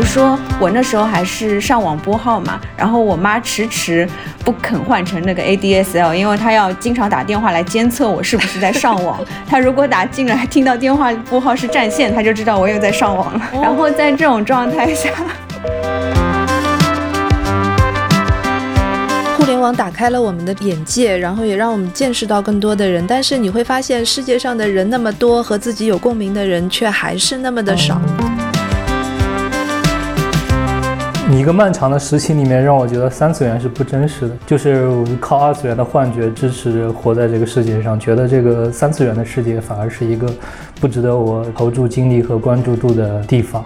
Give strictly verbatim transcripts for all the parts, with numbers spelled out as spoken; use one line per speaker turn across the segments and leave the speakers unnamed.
说我那时候还是上网拨号嘛，然后我妈迟迟不肯换成那个 A D S L， 因为她要经常打电话来监测我是不是在上网。她如果打进来听到电话拨号是占线，她就知道我又在上网了。然后在这种状态下，
互联网打开了我们的眼界，然后也让我们见识到更多的人，但是你会发现世界上的人那么多，和自己有共鸣的人却还是那么的少。
一个漫长的时期里面，让我觉得三次元是不真实的，就是靠二次元的幻觉支持着活在这个世界上，觉得这个三次元的世界反而是一个不值得我投注精力和关注度的地方。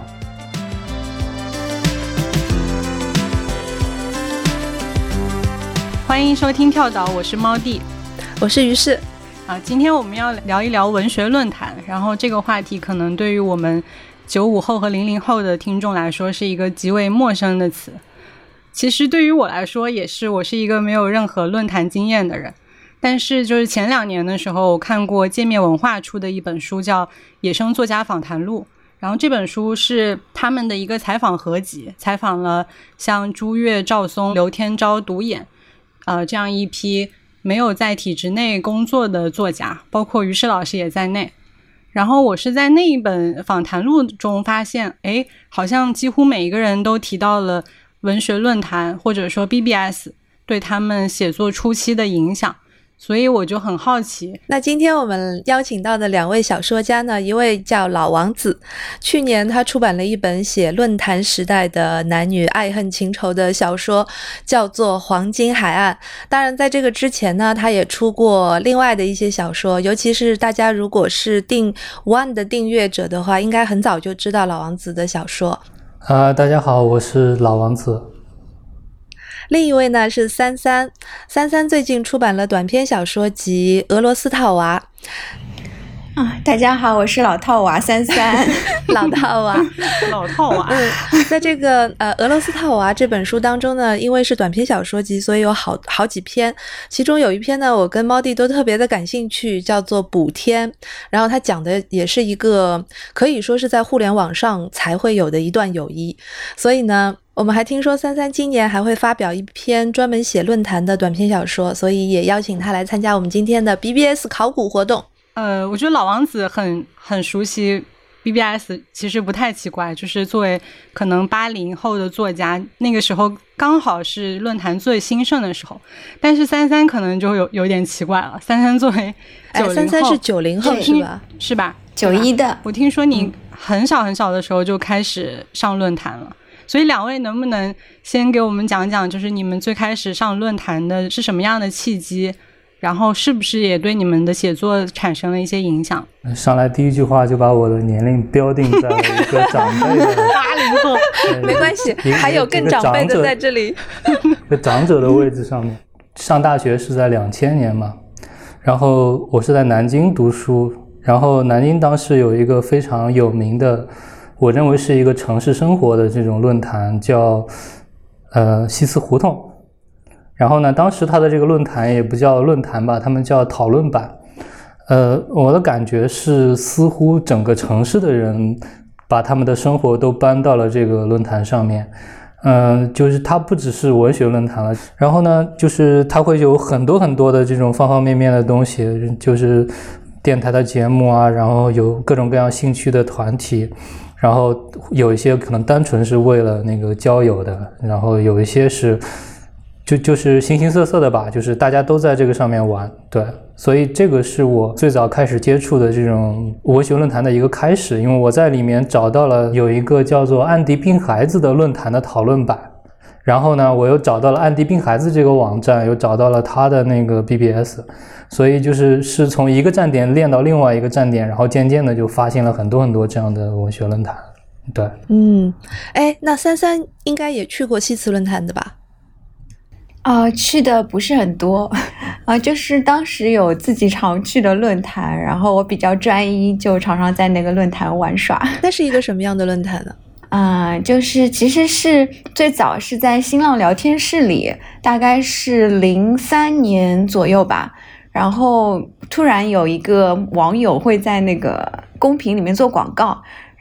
欢迎收听跳岛，我是猫弟，
我是于适。
啊，今天我们要聊一聊文学论坛，然后这个话题可能对于我们九五后和零零后的听众来说是一个极为陌生的词。其实对于我来说也是，我是一个没有任何论坛经验的人。但是就是前两年的时候，我看过界面文化出的一本书叫《野生作家访谈录》，然后这本书是他们的一个采访合集，采访了像朱越、赵松、刘天昭、独眼呃，这样一批没有在体制内工作的作家，包括于适老师也在内。然后我是在那一本访谈录中发现，诶，好像几乎每一个人都提到了文学论坛或者说 B B S 对他们写作初期的影响，所以我就很好奇。
那今天我们邀请到的两位小说家呢，一位叫老王子，去年他出版了一本写论坛时代的男女爱恨情仇的小说，叫做《黄金海岸》。当然在这个之前呢，他也出过另外的一些小说，尤其是大家如果是订 One 的订阅者的话，应该很早就知道老王子的小说。
啊、呃，大家好，我是老王子。
另一位呢是三三，三三最近出版了短篇小说集《俄罗斯套娃》。
啊，大家好，我是老套娃三三，
老套娃，
老套娃。
嗯，在这个呃俄罗斯套娃这本书当中呢，因为是短篇小说集，所以有好好几篇，其中有一篇呢，我跟猫弟都特别的感兴趣，叫做《补天》，然后它讲的也是一个可以说是在互联网上才会有的一段友谊，所以呢。我们还听说三三今年还会发表一篇专门写论坛的短篇小说，所以也邀请他来参加我们今天的 B B S 考古活动。
呃，我觉得老王子很很熟悉 B B S， 其实不太奇怪，就是作为可能八零后的作家，那个时候刚好是论坛最兴盛的时候。但是三三可能就有有点奇怪了，三三作为九零后，
哎，三三是九零后是吧？
是吧？
九一的。
我听说你很小很小的时候就开始上论坛了。所以两位能不能先给我们讲讲，就是你们最开始上论坛的是什么样的契机，然后是不是也对你们的写作产生了一些影响？
上来第一句话就把我的年龄标定在了一个长辈的
八零后，
没关系，还有更长辈的在这里，
一个长者的位置上面。上大学是在两千年嘛，然后我是在南京读书，然后南京当时有一个非常有名的。我认为是一个城市生活的这种论坛，叫呃西祠胡同。然后呢，当时它的这个论坛也不叫论坛吧，他们叫讨论版。呃，我的感觉是，似乎整个城市的人把他们的生活都搬到了这个论坛上面。嗯、呃，就是它不只是文学论坛了，然后呢，就是它会有很多很多的这种方方面面的东西，就是电台的节目啊，然后有各种各样兴趣的团体。然后有一些可能单纯是为了那个交友的，然后有一些是就就是形形色色的吧，就是大家都在这个上面玩，对，所以这个是我最早开始接触的这种文学论坛的一个开始，因为我在里面找到了有一个叫做安迪病孩子的论坛的讨论版，然后呢，我又找到了安迪病孩子这个网站，又找到了他的那个 B B S， 所以就是是从一个站点练到另外一个站点，然后渐渐的就发现了很多很多这样的文学论坛。对，
嗯，哎，那三三应该也去过西祠论坛的吧？
啊、呃，去的不是很多，啊、呃，就是当时有自己常去的论坛，然后我比较专一，就常常在那个论坛玩耍。
那是一个什么样的论坛呢？
啊、呃，就是其实是最早是在新浪聊天室里，大概是零三年左右吧。然后突然有一个网友会在那个公屏里面做广告，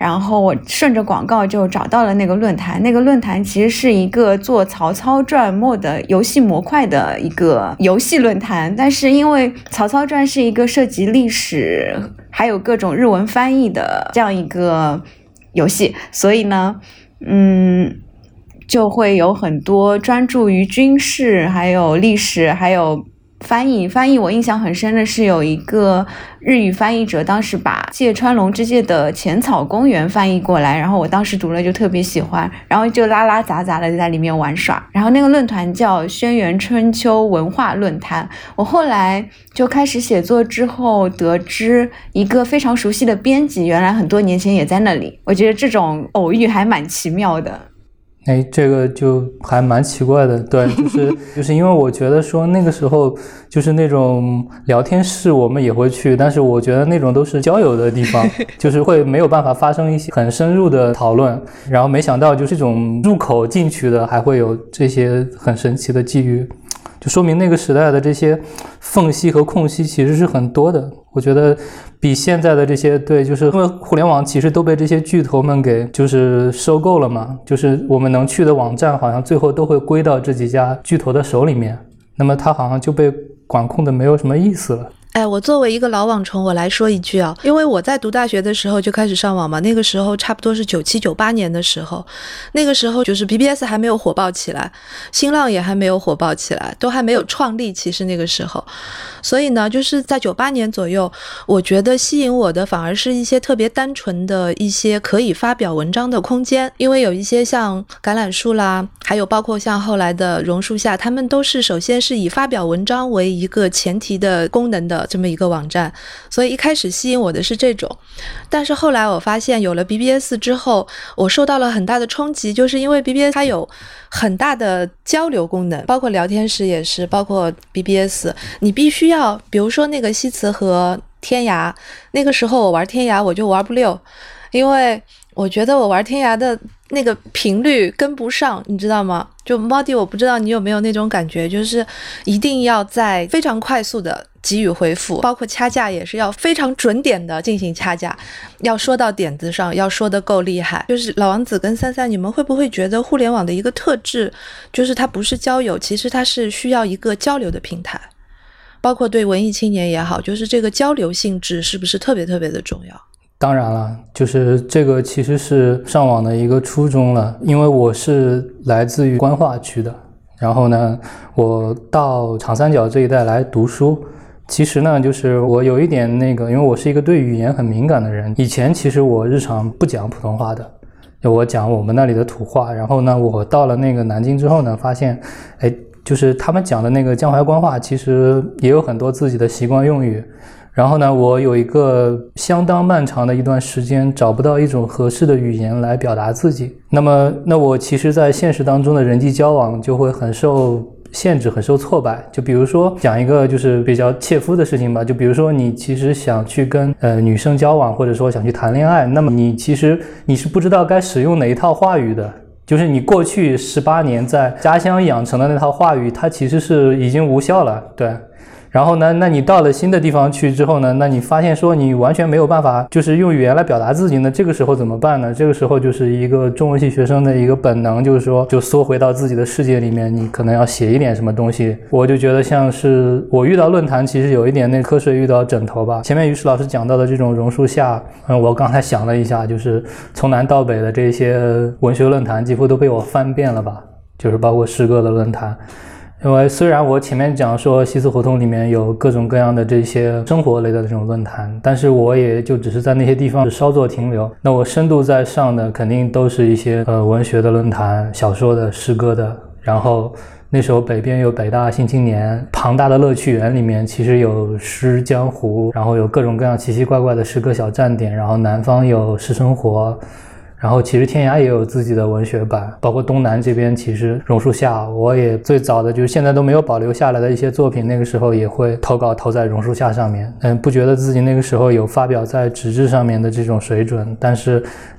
然后我顺着广告就找到了那个论坛。那个论坛其实是一个做曹操传 mod 游戏模块的一个游戏论坛，但是因为曹操传是一个涉及历史还有各种日文翻译的这样一个游戏，所以呢嗯就会有很多专注于军事还有历史还有翻译翻译我印象很深的是有一个日语翻译者当时把芥川龙之介的浅草公园翻译过来，然后我当时读了就特别喜欢，然后就拉拉杂杂的在里面玩耍。然后那个论坛叫轩辕春秋文化论坛，我后来就开始写作之后得知一个非常熟悉的编辑原来很多年前也在那里，我觉得这种偶遇还蛮奇妙的。
哎，这个就还蛮奇怪的，对，就是就是因为我觉得说那个时候就是那种聊天室我们也会去，但是我觉得那种都是交友的地方，就是会没有办法发生一些很深入的讨论，然后没想到就是这种入口进去的还会有这些很神奇的际遇，就说明那个时代的这些缝隙和空隙其实是很多的。我觉得比现在的这些，对，就是因为互联网其实都被这些巨头们给就是收购了嘛，就是我们能去的网站好像最后都会归到这几家巨头的手里面，那么它好像就被管控的没有什么意思了。
哎，我作为一个老网虫，我来说一句啊，因为我在读大学的时候就开始上网嘛，那个时候差不多是九七九八年的时候，那个时候就是 B B S 还没有火爆起来，新浪也还没有火爆起来，都还没有创立，其实那个时候，所以呢，就是在九八年左右，我觉得吸引我的反而是一些特别单纯的一些可以发表文章的空间，因为有一些像橄榄树啦，还有包括像后来的榕树下，他们都是首先是以发表文章为一个前提的功能的这么一个网站，所以一开始吸引我的是这种。但是后来我发现有了 B B S 之后，我受到了很大的冲击，就是因为 B B S 它有很大的交流功能，包括聊天室也是，包括 B B S 你必须要比如说那个西辞和天涯，那个时候我玩天涯我就玩不溜，因为我觉得我玩天涯的那个频率跟不上，你知道吗？就猫弟，我不知道你有没有那种感觉，就是一定要在非常快速的给予回复，包括掐架也是要非常准点的进行掐架，要说到点子上，要说得够厉害。就是老王子跟三三，你们会不会觉得互联网的一个特质就是它不是交友，其实它是需要一个交流的平台，包括对文艺青年也好，就是这个交流性质是不是特别特别的重要？
当然了，就是这个其实是上网的一个初衷了，因为我是来自于官话区的，然后呢我到长三角这一带来读书，其实呢就是我有一点那个，因为我是一个对语言很敏感的人，以前其实我日常不讲普通话的，我讲我们那里的土话，然后呢我到了那个南京之后呢，发现哎，就是他们讲的那个江淮官话其实也有很多自己的习惯用语，然后呢我有一个相当漫长的一段时间找不到一种合适的语言来表达自己，那么那我其实在现实当中的人际交往就会很受限制，很受挫败。就比如说讲一个就是比较切肤的事情吧，就比如说你其实想去跟呃女生交往，或者说想去谈恋爱，那么你其实你是不知道该使用哪一套话语的，就是你过去十八年在家乡养成的那套话语，它其实是已经无效了，对。然后呢，那你到了新的地方去之后呢，那你发现说你完全没有办法就是用语言来表达自己呢，这个时候怎么办呢？这个时候就是一个中文系学生的一个本能，就是说就缩回到自己的世界里面，你可能要写一点什么东西。我就觉得像是我遇到论坛其实有一点那瞌睡遇到枕头吧。前面于石老师讲到的这种榕树下，嗯，我刚才想了一下，就是从南到北的这些文学论坛几乎都被我翻遍了吧，就是包括诗歌的论坛。因为虽然我前面讲说西四胡同里面有各种各样的这些生活类的这种论坛，但是我也就只是在那些地方稍作停留，那我深度在上的肯定都是一些呃文学的论坛，小说的，诗歌的，然后那时候北边有北大新青年，庞大的乐趣园里面其实有诗江湖，然后有各种各样奇奇怪怪的诗歌小站点，然后南方有诗生活，然后其实天涯也有自己的文学版，包括东南这边其实榕树下，我也最早的就是现在都没有保留下来的一些作品，那个时候也会投稿投在榕树下上面，嗯，不觉得自己那个时候有发表在纸质上面的这种水准，但是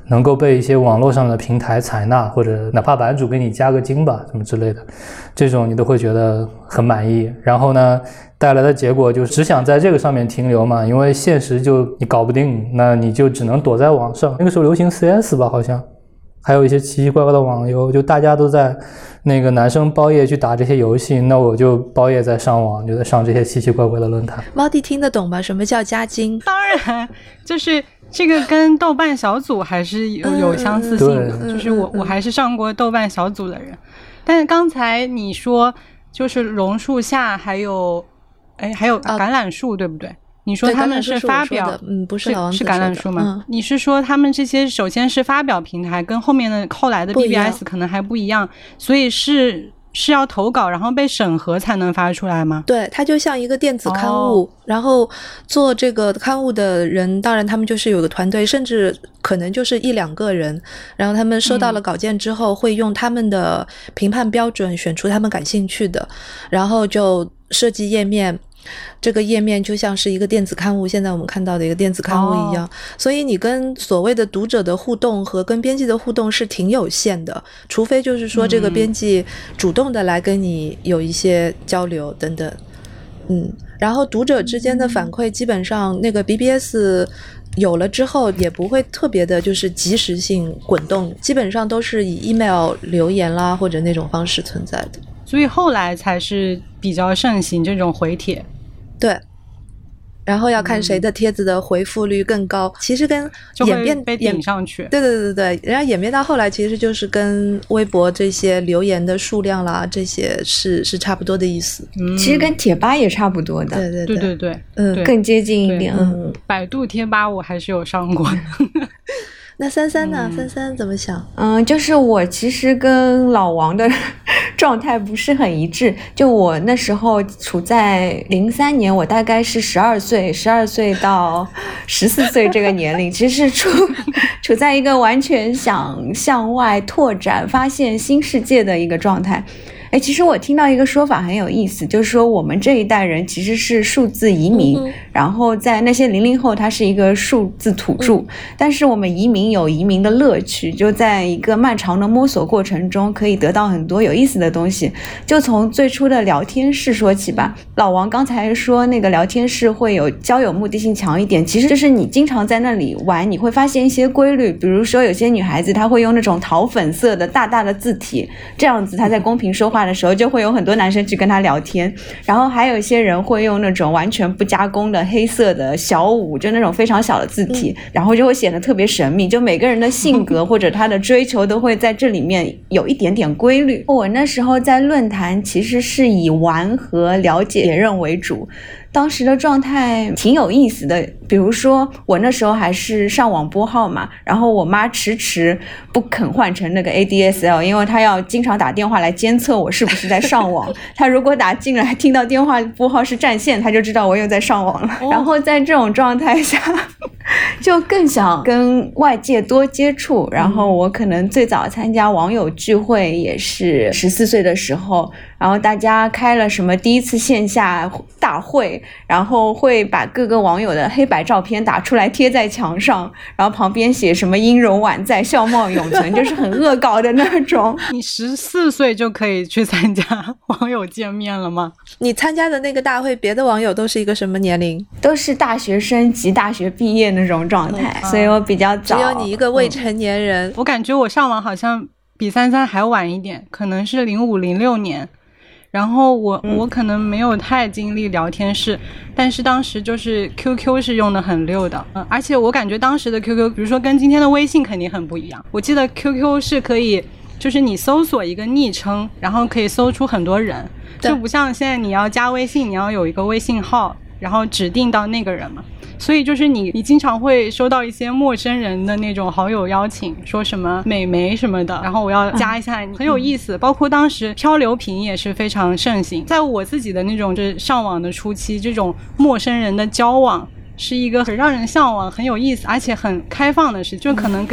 能够被一些网络上的平台采纳，或者哪怕版主给你加个金吧什么之类的，这种你都会觉得很满意。然后呢带来的结果就只想在这个上面停留嘛，因为现实就你搞不定，那你就只能躲在网上。那个时候流行 C S 吧，好像还有一些奇奇怪怪的网游，就大家都在那个男生包夜去打这些游戏，那我就包夜在上网，就在上这些奇奇怪怪的论坛。
猫弟听得懂吗？什么叫加金？
当然，就是这个跟豆瓣小组还是有有相似性的，嗯、就是我我还是上过豆瓣小组的人。但是刚才你说就是榕树下还有哎还有橄榄树、啊、对不对？你说他们是发表，
嗯，不是老王子
是橄榄树吗、
嗯？
你是说他们这些首先是发表平台，跟后面的后来的 B B S 可能还不一样，所以是是要投稿，然后被审核才能发出来吗？
对，它就像一个电子刊物，哦、然后做这个刊物的人，当然他们就是有个团队，甚至可能就是一两个人，然后他们收到了稿件之后，嗯、会用他们的评判标准选出他们感兴趣的，然后就设计页面。这个页面就像是一个电子刊物，现在我们看到的一个电子刊物一样、哦、所以你跟所谓的读者的互动和跟编辑的互动是挺有限的，除非就是说这个编辑主动的来跟你有一些交流等等。嗯，然后读者之间的反馈基本上那个 B B S 有了之后也不会特别的就是即时性滚动，基本上都是以 email 留言啦或者那种方式存在的，
所以后来才是比较盛行这种回帖。
对，然后要看谁的帖子的回复率更高、嗯、其实跟演变
被顶上去。
对对对对，然后演变到后来其实就是跟微博这些留言的数量啦这些是是差不多的意思、
嗯、其实跟贴吧也差不多的。
对对
对对对，
嗯，
更接近一点。
嗯，百度贴吧我还是有上过的。
那三三呢、嗯、三三怎么想？
嗯，就是我其实跟老王的状态不是很一致，就我那时候处在零三年，我大概是十二岁十二岁到十四岁这个年龄，其实是处处在一个完全想向外拓展发现新世界的一个状态。哎，其实我听到一个说法很有意思，就是说我们这一代人其实是数字移民、嗯、然后在那些零零后他是一个数字土著、嗯、但是我们移民有移民的乐趣，就在一个漫长的摸索过程中可以得到很多有意思的东西。就从最初的聊天室说起吧，老王刚才说那个聊天室会有交友目的性强一点，其实就是你经常在那里玩，你会发现一些规律，比如说有些女孩子她会用那种桃粉色的大大的字体，这样子她在公屏说话的时候就会有很多男生去跟他聊天，然后还有一些人会用那种完全不加工的黑色的小五，就那种非常小的字体、嗯、然后就会显得特别神秘，就每个人的性格或者他的追求都会在这里面有一点点规律。我那时候在论坛其实是以玩和了解别人为主，当时的状态挺有意思的，比如说我那时候还是上网拨号嘛，然后我妈迟迟不肯换成那个 A D S L， 因为她要经常打电话来监测我是不是在上网她如果打进来听到电话拨号是占线，她就知道我又在上网了、哦、然后在这种状态下就更想跟外界多接触，然后我可能最早参加网友聚会也是十四岁的时候，然后大家开了什么第一次线下大会，然后会把各个网友的黑白照片打出来贴在墙上，然后旁边写什么音容宛在笑貌永存，就是很恶搞的那种。
你十四岁就可以去参加网友见面了吗？
你参加的那个大会别的网友都是一个什么年龄？
都是大学生及大学毕业那种状态、嗯、所以我比较早，
只有你一个未成年人、嗯、
我感觉我上网好像比三三还晚一点，可能是零五零六年，然后我、嗯、我可能没有太经历聊天室，但是当时就是 Q Q 是用的很溜的、嗯、而且我感觉当时的 Q Q 比如说跟今天的微信肯定很不一样，我记得 Q Q 是可以就是你搜索一个昵称然后可以搜出很多人，就不像现在你要加微信你要有一个微信号然后指定到那个人嘛，所以就是你你经常会收到一些陌生人的那种好友邀请，说什么美眉什么的，然后我要加一下你、嗯、很有意思。包括当时漂流瓶也是非常盛行，在我自己的那种就是上网的初期，这种陌生人的交往是一个很让人向往很有意思而且很开放的事，就可能跟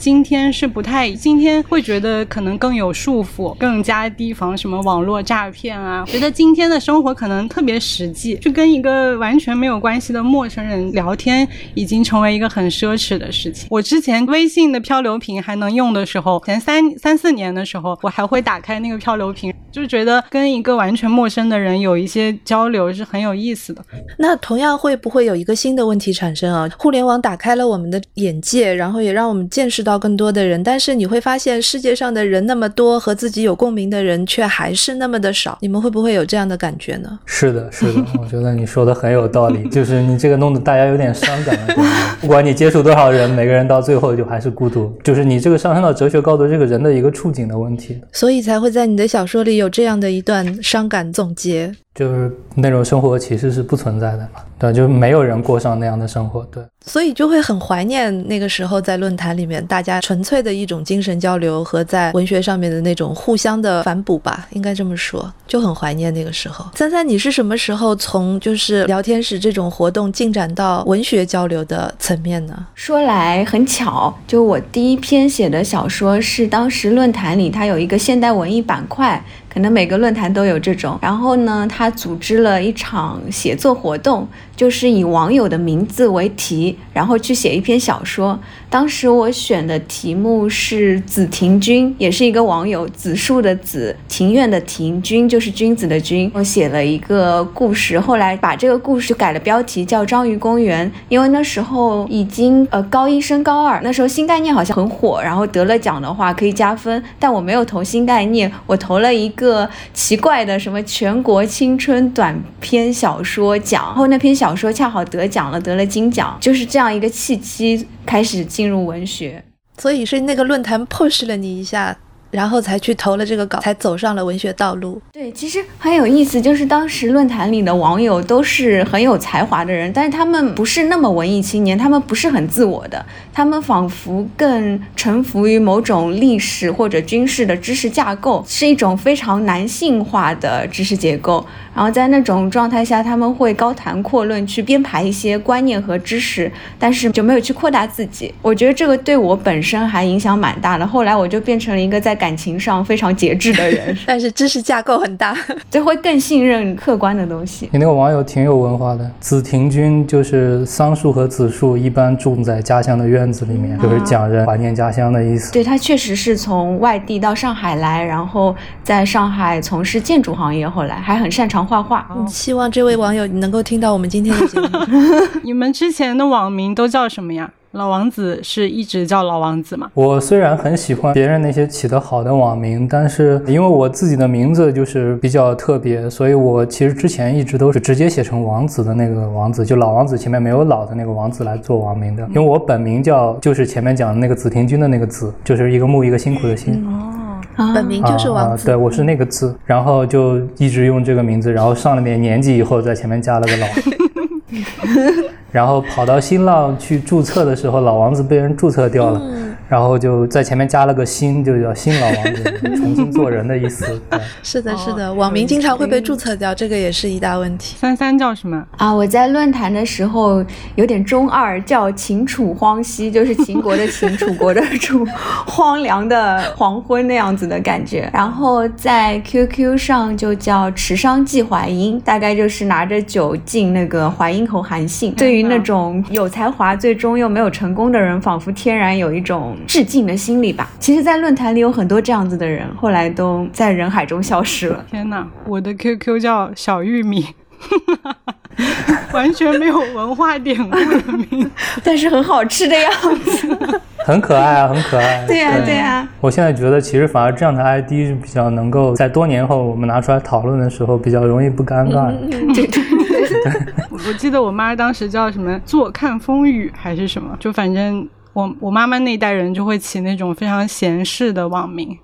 今天是不太，今天会觉得可能更有束缚，更加提防什么网络诈骗啊，觉得今天的生活可能特别实际，去跟一个完全没有关系的陌生人聊天已经成为一个很奢侈的事情。我之前微信的漂流瓶还能用的时候，前三三四年的时候，我还会打开那个漂流瓶，就觉得跟一个完全陌生的人有一些交流是很有意思的。
那同样会不会有一个新的问题产生啊？互联网打开了我们的眼界，然后也让我们见识到更多的人，但是你会发现世界上的人那么多，和自己有共鸣的人却还是那么的少，你们会不会有这样的感觉呢？
是的是的我觉得你说的很有道理，就是你这个弄得大家有点伤感了不管你接触多少人，每个人到最后就还是孤独，就是你这个上升到哲学高度，这个人的一个处境的问题，
所以才会在你的小说里有这样的一段伤感总结，
就是那种生活其实是不存在的嘛，对，就没有人过上那样的生活，对，
所以就会很怀念那个时候在论坛里面大家纯粹的一种精神交流和在文学上面的那种互相的反哺吧，应该这么说，就很怀念那个时候。三三，你是什么时候从就是聊天室这种活动进展到文学交流的层面呢？
说来很巧，就我第一篇写的小说是当时论坛里它有一个现代文艺板块，可能每个论坛都有这种，然后呢他组织了一场写作活动，就是以网友的名字为题，然后去写一篇小说。当时我选的题目是紫庭君，也是一个网友，紫树的紫，庭院的庭，君就是君子的君。我写了一个故事，后来把这个故事就改了标题叫章鱼公园，因为那时候已经呃高一升高二，那时候新概念好像很火，然后得了奖的话可以加分，但我没有投新概念，我投了一个奇怪的什么全国青春短篇小说奖，然后那篇小说恰好得奖了，得了金奖，就是这样一个契机开始进入文学。
所以是那个论坛 push 了你一下，然后才去投了这个稿，才走上了文学道路。
对，其实很有意思，就是当时论坛里的网友都是很有才华的人，但是他们不是那么文艺青年，他们不是很自我的，他们仿佛更臣服于某种历史或者军事的知识架构，是一种非常男性化的知识结构。然后在那种状态下，他们会高谈阔论，去编排一些观念和知识，但是就没有去扩大自己。我觉得这个对我本身还影响蛮大的，后来我就变成了一个在感情上非常节制的人
但是知识架构很大
就会更信任客观的东西。
你那个网友挺有文化的，紫庭君就是桑树和紫树一般种在家乡的院子里面，就是讲人怀念家乡的意思。
对，他确实是从外地到上海来，然后在上海从事建筑行业，后来还很擅长画画。
嗯，希望这位网友能够听到我们今天的节目
你们之前的网名都叫什么呀？老王子是一直叫老王子吗？
我虽然很喜欢别人那些起得好的网名，但是因为我自己的名字就是比较特别，所以我其实之前一直都是直接写成王子的那个王子，就老王子前面没有老的那个王子来做网名的。因为我本名叫就是前面讲的那个紫庭君的那个子，就是一个木一个辛苦的辛。
哦，本名就是王子、
啊啊、对，我是那个字，然后就一直用这个名字，然后上了点年纪以后在前面加了个老然后跑到新浪去注册的时候，老王子被人注册掉了、嗯、然后就在前面加了个新，就叫新老王子重新做人的意思
是的是的、哦、网名经常会被注册掉，这个也是一大问题。
三三叫什么
啊？我在论坛的时候有点中二，叫秦楚荒兮，就是秦国的秦楚国的楚，荒凉的黄昏那样子的感觉。然后在 Q Q 上就叫池商寄淮阴，大概就是拿着酒敬那个淮阴口韩信。对于那种有才华最终又没有成功的人，仿佛天然有一种致敬的心理吧。其实在论坛里有很多这样子的人，后来都在人海中消失了。
天哪，我的 Q Q 叫小玉米完全没有文化典故的名字
但是很好吃的样子
很可爱啊，很可爱。
对啊对啊，
我现在觉得其实反而这样的 I D 是比较能够在多年后我们拿出来讨论的时候比较容易不尴尬、嗯、
对对对
我记得我妈当时叫什么坐看风雨还是什么，就反正我我妈妈那一代人就会起那种非常闲适的网名，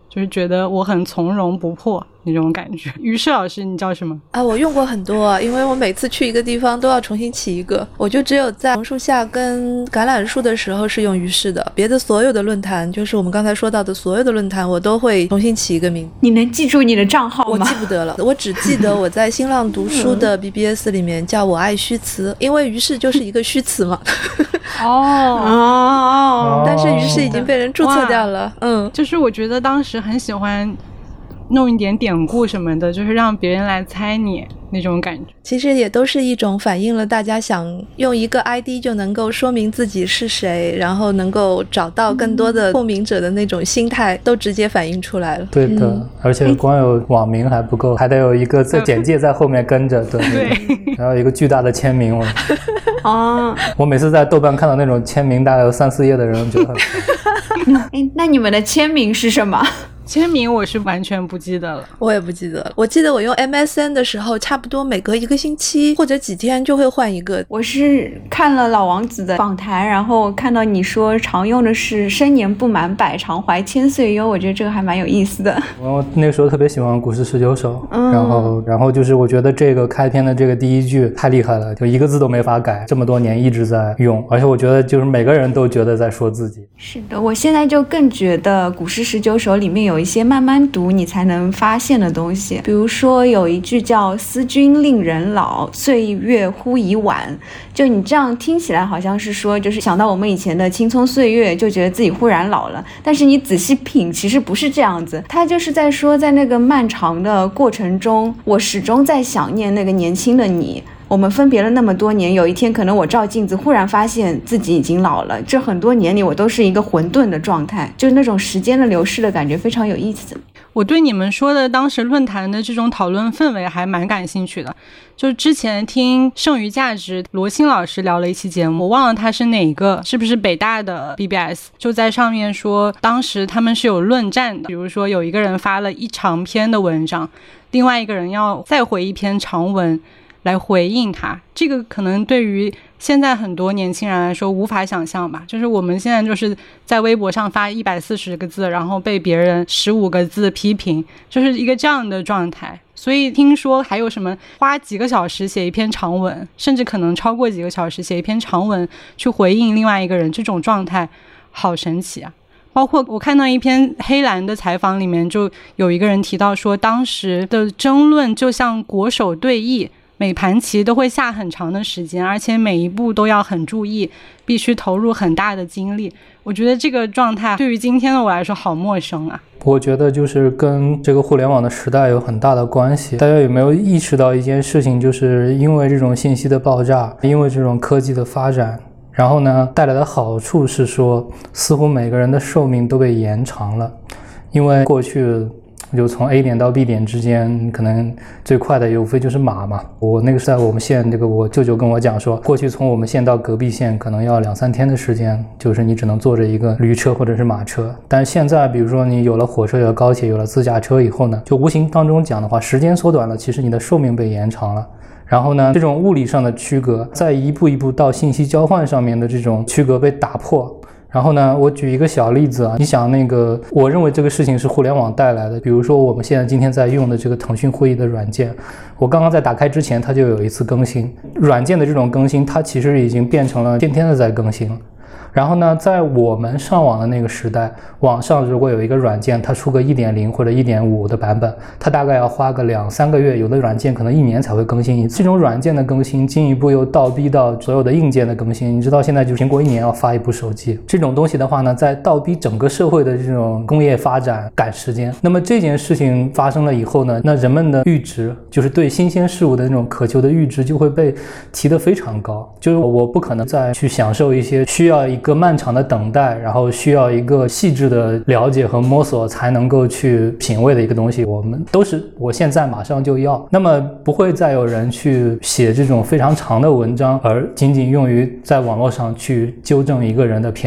就是觉得我很从容不迫那种感觉。于适老师，你叫什么
啊？我用过很多，因为我每次去一个地方都要重新起一个，我就只有在榕树下跟橄榄树的时候是用于适的，别的所有的论坛，就是我们刚才说到的所有的论坛，我都会重新起一个名。
你能记住你的账号吗？
我记不得了，我只记得我在新浪读书的 B B S 里面叫我爱虚词，因为于适就是一个虚词嘛。
哦
哦，但是于适已经被人注册掉了。嗯，
就是我觉得当时很喜欢弄一点典故什么的，就是让别人来猜你那种感觉。
其实也都是一种反映了大家想用一个 I D 就能够说明自己是谁，然后能够找到更多的共鸣者的那种心态，都直接反映出来了。
对的、嗯、而且光有网名还不够，还得有一个在简介在后面跟着。对
对，
然后一个巨大的签名。我
哦，
我每次在豆瓣看到那种签名大概有三四页的人，觉得
哎，那你们的签名是什么？
签名我是完全不记得了，
我也不记得了。我记得我用 M S N 的时候，差不多每隔一个星期或者几天就会换一个。
我是看了老王子的访谈，然后看到你说常用的是生年不满百，常怀千岁忧，我觉得这个还蛮有意思的。
我那个时候特别喜欢古诗十九首、嗯、然后然后就是我觉得这个开篇的这个第一句太厉害了，就一个字都没法改，这么多年一直在用，而且我觉得就是每个人都觉得在说自己。
是的，我现在就更觉得古诗十九首里面有一些慢慢读你才能发现的东西，比如说有一句叫思君令人老，岁月忽已晚，就你这样听起来好像是说就是想到我们以前的青葱岁月就觉得自己忽然老了，但是你仔细品其实不是这样子，他就是在说在那个漫长的过程中，我始终在想念那个年轻的你，我们分别了那么多年，有一天可能我照镜子忽然发现自己已经老了，这很多年里我都是一个混沌的状态，就是那种时间的流逝的感觉非常有意思。
我对你们说的当时论坛的这种讨论氛围还蛮感兴趣的，就是之前听剩余价值罗欣老师聊了一期节目，我忘了他是哪个，是不是北大的 B B S， 就在上面说当时他们是有论战的，比如说有一个人发了一长篇的文章，另外一个人要再回一篇长文来回应他，这个可能对于现在很多年轻人来说无法想象吧，就是我们现在就是在微博上发一百四十个字，然后被别人十五个字批评，就是一个这样的状态。所以听说还有什么花几个小时写一篇长文，甚至可能超过几个小时写一篇长文去回应另外一个人，这种状态好神奇啊。包括我看到一篇黑蓝的采访里面，就有一个人提到说当时的争论就像国手对弈，每盘棋都会下很长的时间，而且每一步都要很注意，必须投入很大的精力。我觉得这个状态对于今天的我来说好陌生啊。
我觉得就是跟这个互联网的时代有很大的关系。大家有没有意识到一件事情，就是因为这种信息的爆炸，因为这种科技的发展，然后呢带来的好处是说似乎每个人的寿命都被延长了。因为过去就从 A 点到 B 点之间，可能最快的无非就是马嘛。我那个在我们县，这个我舅舅跟我讲说，过去从我们县到隔壁县可能要两三天的时间，就是你只能坐着一个驴车或者是马车。但现在比如说你有了火车，有了高铁，有了自驾车以后呢，就无形当中讲的话，时间缩短了，其实你的寿命被延长了。然后呢，这种物理上的区隔在一步一步到信息交换上面的这种区隔被打破。然后呢，我举一个小例子啊，你想那个，我认为这个事情是互联网带来的，比如说我们现在今天在用的这个腾讯会议的软件，我刚刚在打开之前它就有一次更新，软件的这种更新它其实已经变成了天天的在更新了。然后呢，在我们上网的那个时代，网上如果有一个软件它出个 一点零 或者 一点五 的版本，它大概要花个两三个月，有的软件可能一年才会更新一次。这种软件的更新进一步又倒逼到所有的硬件的更新，你知道现在就苹果一年要发一部手机，这种东西的话呢，在倒逼整个社会的这种工业发展赶时间。那么这件事情发生了以后呢，那人们的阈值，就是对新鲜事物的那种渴求的阈值就会被提得非常高，就是我不可能再去享受一些需要一个漫长的等待，然后需要一个细致的了解和摸索才能够去品味的一个东西，我们都是我现在马上就要。那么不会再有人去写这种非常长的文章，而仅仅用于在网络上去纠正一个人的偏见。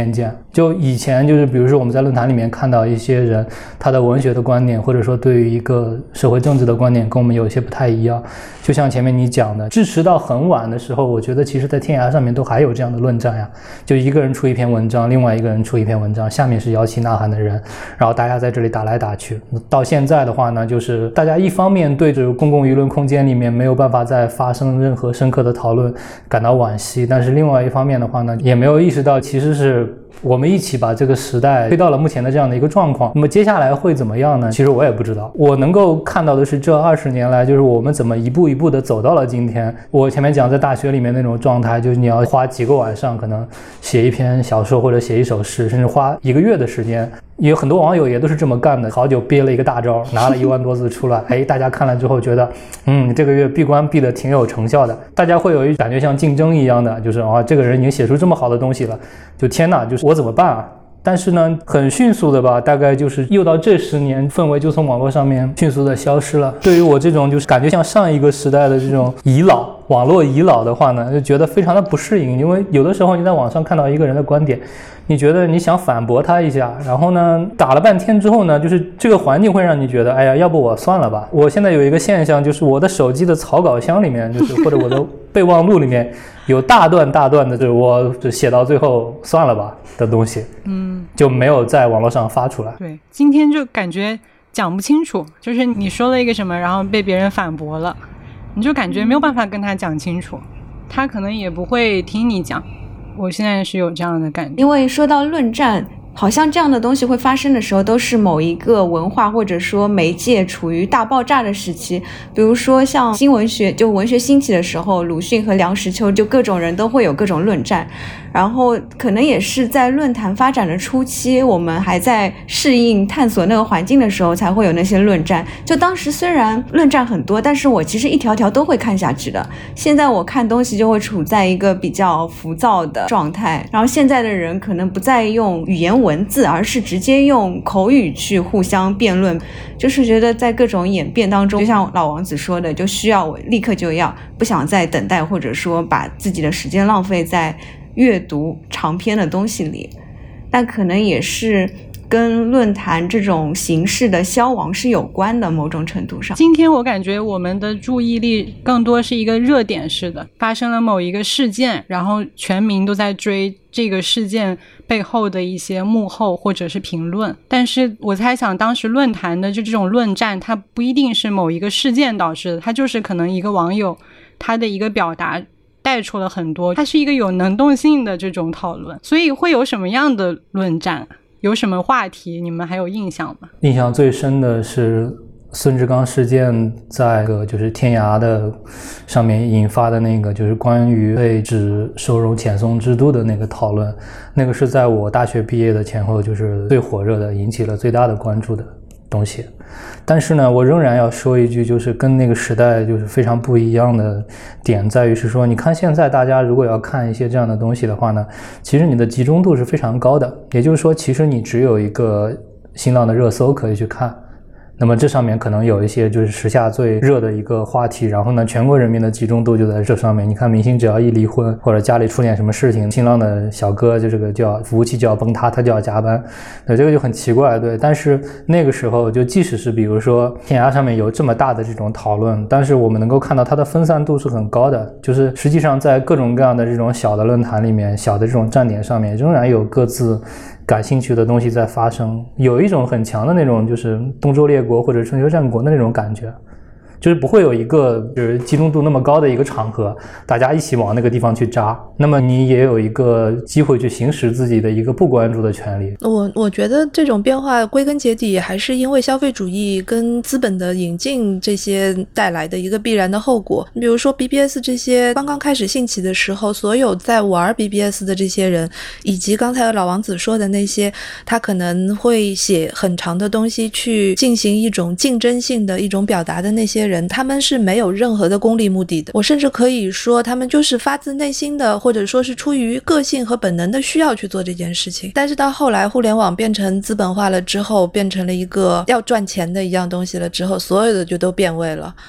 就以前就是比如说我们在论坛里面看到一些人他的文学的观点或者说对于一个社会政治的观点跟我们有一些不太一样，就像前面你讲的支持到很晚的时候，我觉得其实在天涯上面都还有这样的论战呀，就一个人出一篇文章，另外一个人出一篇文章，下面是摇旗呐喊的人，然后大家在这里打来打去。到现在的话呢，就是大家一方面对着公共舆论空间里面没有办法再发生任何深刻的讨论感到惋惜，但是另外一方面的话呢，也没有意识到其实是我们一起把这个时代推到了目前的这样的一个状况。那么接下来会怎么样呢？其实我也不知道。我能够看到的是这二十年来，就是我们怎么一步一步的走到了今天。我前面讲在大学里面那种状态，就是你要花几个晚上可能写一篇小说或者写一首诗，甚至花一个月的时间。有很多网友也都是这么干的，好久憋了一个大招，拿了一万多字出来，哎，大家看了之后觉得，嗯，这个月闭关闭得挺有成效的，大家会有一感觉像竞争一样的，就是啊，这个人已经写出这么好的东西了，就天哪，就是我怎么办啊？但是呢，很迅速的吧，大概就是又到这十年，氛围就从网络上面迅速的消失了。对于我这种就是感觉像上一个时代的这种遗老，网络遗老的话呢，就觉得非常的不适应，因为有的时候你在网上看到一个人的观点，你觉得你想反驳他一下，然后呢打了半天之后呢，就是这个环境会让你觉得，哎呀，要不我算了吧。我现在有一个现象，就是我的手机的草稿箱里面，就是或者我的备忘录里面有大段大段的，就是我就写到最后算了吧的东西，嗯，就没有在网络上发出来。
对，今天就感觉讲不清楚，就是你说了一个什么，然后被别人反驳了，你就感觉没有办法跟他讲清楚，他可能也不会听你讲。我现在是有这样的感觉。
因为说到论战，好像这样的东西会发生的时候都是某一个文化或者说媒介处于大爆炸的时期，比如说像新文学，就文学兴起的时候，鲁迅和梁实秋就各种人都会有各种论战，然后可能也是在论坛发展的初期，我们还在适应探索那个环境的时候才会有那些论战。就当时虽然论战很多，但是我其实一条条都会看下去的。现在我看东西就会处在一个比较浮躁的状态，然后现在的人可能不再用语言文字，而是直接用口语去互相辩论，就是觉得在各种演变当中，就像老王子说的，就需要我立刻就要，不想再等待，或者说把自己的时间浪费在阅读长篇的东西里。但可能也是跟论坛这种形式的消亡是有关的，某种程度上。
今天我感觉我们的注意力更多是一个热点式的，发生了某一个事件，然后全民都在追这个事件背后的一些幕后或者是评论。但是我猜想当时论坛的就这种论战，它不一定是某一个事件导致的，它就是可能一个网友他的一个表达带出了很多，它是一个有能动性的这种讨论。所以会有什么样的论战，有什么话题你们还有印象吗？
印象最深的是孙志刚事件在个就是天涯的上面引发的那个就是关于废止收容遣送制度的那个讨论，那个是在我大学毕业的前后就是最火热的，引起了最大的关注的东西。但是呢，我仍然要说一句，就是跟那个时代就是非常不一样的点在于是说，你看现在大家如果要看一些这样的东西的话呢，其实你的集中度是非常高的，也就是说其实你只有一个新浪的热搜可以去看，那么这上面可能有一些就是时下最热的一个话题，然后呢全国人民的集中度就在这上面。你看明星只要一离婚或者家里出点什么事情，新浪的小哥就这个就要服务器就要崩塌，他就要加班，对，这个就很奇怪。对，但是那个时候就即使是比如说天涯上面有这么大的这种讨论，但是我们能够看到它的分散度是很高的，就是实际上在各种各样的这种小的论坛里面，小的这种站点上面仍然有各自感兴趣的东西在发生，有一种很强的那种就是东周列国或者春秋战国的那种感觉，就是不会有一个就是集中度那么高的一个场合大家一起往那个地方去扎，那么你也有一个机会去行使自己的一个不关注的权利。
我我觉得这种变化归根结底还是因为消费主义跟资本的引进这些带来的一个必然的后果。比如说 B B S 这些刚刚开始兴起的时候，所有在玩 B B S 的这些人，以及刚才老王子说的那些他可能会写很长的东西去进行一种竞争性的一种表达的那些人，他们是没有任何的功利目的的。我甚至可以说他们就是发自内心的，或者说是出于个性和本能的需要去做这件事情。但是到后来互联网变成资本化了之后，变成了一个要赚钱的一样东西了之后，所有的就都变味了。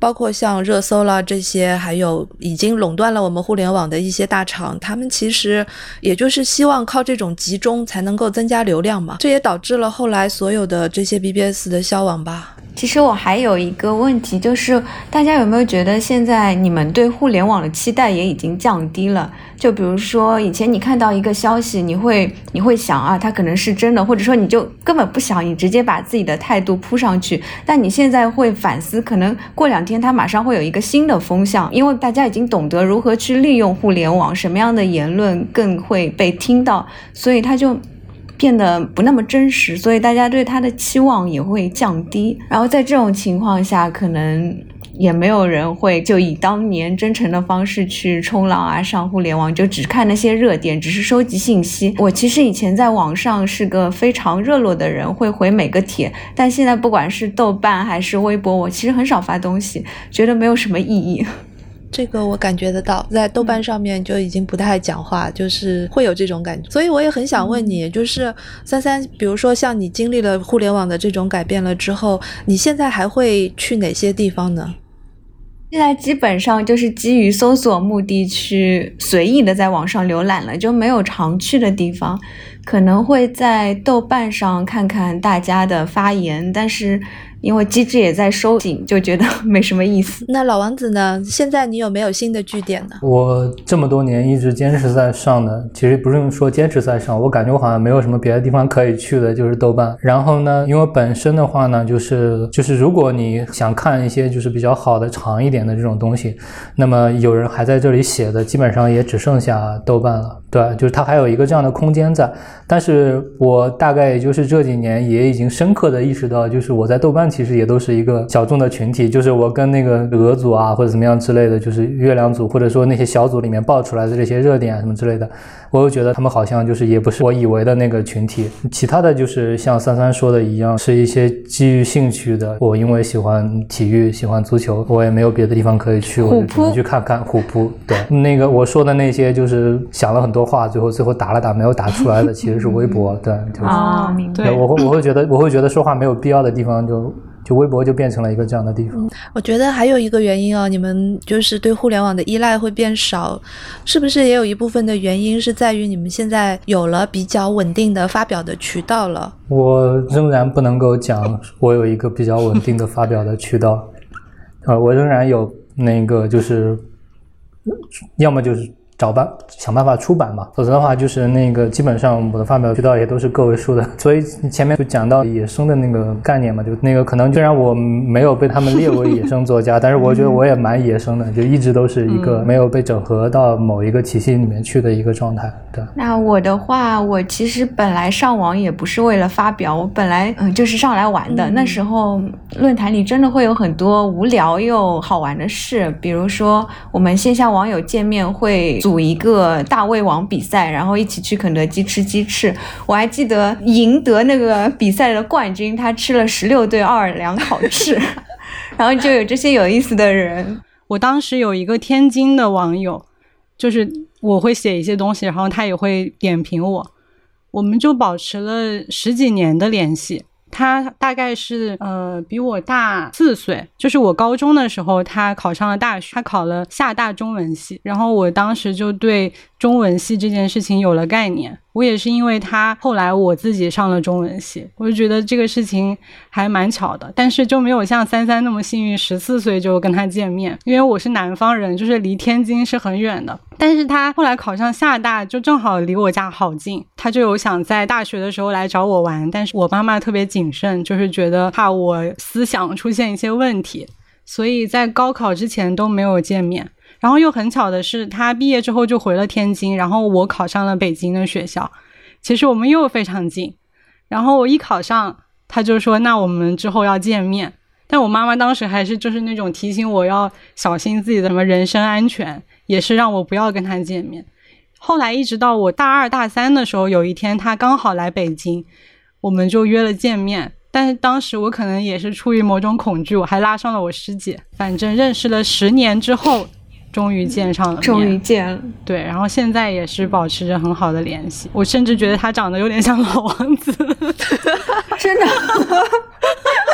包括像热搜啦这些，还有已经垄断了我们互联网的一些大厂，他们其实也就是希望靠这种集中才能够增加流量嘛，这也导致了后来所有的这些 B B S 的消亡吧。
其实我还有一个问题，就是大家有没有觉得现在你们对互联网的期待也已经降低了？就比如说以前你看到一个消息，你会你会想啊，它可能是真的，或者说你就根本不想，你直接把自己的态度铺上去。但你现在会反思，可能过两天它马上会有一个新的风向，因为大家已经懂得如何去利用互联网，什么样的言论更会被听到，所以它就变得不那么真实，所以大家对它的期望也会降低。然后在这种情况下，可能也没有人会就以当年真诚的方式去冲浪啊，上互联网就只看那些热点，只是收集信息。我其实以前在网上是个非常热络的人，会回每个帖，但现在不管是豆瓣还是微博，我其实很少发东西，觉得没有什么意义。
这个我感觉得到，在豆瓣上面就已经不太讲话，就是会有这种感觉。所以我也很想问你，就是三三，比如说像你经历了互联网的这种改变了之后，你现在还会去哪些地方呢？
现在基本上就是基于搜索目的去随意的在网上浏览了，就没有常去的地方。可能会在豆瓣上看看大家的发言，但是因为机制也在收紧，就觉得没什么意思。
那老王子呢？现在你有没有新的据点呢？
我这么多年一直坚持在上的，其实不是说坚持在上，我感觉我好像没有什么别的地方可以去的，就是豆瓣。然后呢，因为本身的话呢，就是就是如果你想看一些就是比较好的长一点的这种东西，那么有人还在这里写的，基本上也只剩下豆瓣了。对，就是它还有一个这样的空间在。但是我大概也就是这几年也已经深刻的意识到，就是我在豆瓣其实也都是一个小众的群体，就是我跟那个俄组啊或者怎么样之类的，就是月亮组或者说那些小组里面爆出来的这些热点啊什么之类的，我又觉得他们好像就是也不是我以为的那个群体。其他的就是像三三说的一样，是一些基于兴趣的，我因为喜欢体育喜欢足球，我也没有别的地方可以去，我就只能去看看虎扑。对，那个我说的那些就是想了很多话，最后最后打了打没有打出来的其实是微博。对，就是
啊，明白。
我会我会觉得我会觉得说话没有必要的地方就就微博就变成了一个这样的地方。
嗯，我觉得还有一个原因哦，你们就是对互联网的依赖会变少，是不是也有一部分的原因是在于你们现在有了比较稳定的发表的渠道了？我
仍然不能够讲我有一个比较稳定的发表的渠道，呃，我仍然有那个就是要么就是找办想办法出版嘛，否则的话就是那个基本上我的发表渠道也都是个位数的。所以前面就讲到野生的那个概念嘛，就那个可能虽然我没有被他们列为野生作家，但是我觉得我也蛮野生的，就一直都是一个没有被整合到某一个体系里面去的一个状态。对，
那我的话，我其实本来上网也不是为了发表，我本来嗯就是上来玩的。嗯、那时候论坛里真的会有很多无聊又好玩的事，比如说我们线下网友见面会组一个大胃王比赛，然后一起去肯德基吃鸡翅。我还记得赢得那个比赛的冠军，他吃了十六对奥尔良烤翅，然后就有这些有意思的人。
我当时有一个天津的网友，就是我会写一些东西，然后他也会点评我，我们就保持了十几年的联系。他大概是呃比我大四岁，就是我高中的时候他考上了大学，他考了厦大中文系，然后我当时就对中文系这件事情有了概念。我也是因为他后来我自己上了中文系，我就觉得这个事情还蛮巧的，但是就没有像三三那么幸运十四岁就跟他见面，因为我是南方人，就是离天津是很远的。但是他后来考上厦大就正好离我家好近，他就有想在大学的时候来找我玩，但是我妈妈特别谨慎，就是觉得怕我思想出现一些问题，所以在高考之前都没有见面。然后又很巧的是他毕业之后就回了天津，然后我考上了北京的学校，其实我们又非常近。然后我一考上他就说那我们之后要见面，但我妈妈当时还是就是那种提醒我要小心自己的什么人身安全，也是让我不要跟他见面。后来一直到我大二大三的时候，有一天他刚好来北京，我们就约了见面。但是当时我可能也是出于某种恐惧，我还拉上了我师姐，反正认识了十年之后终于见上了面，
终于见了。
对，然后现在也是保持着很好的联系。我甚至觉得他长得有点像老王子。
真的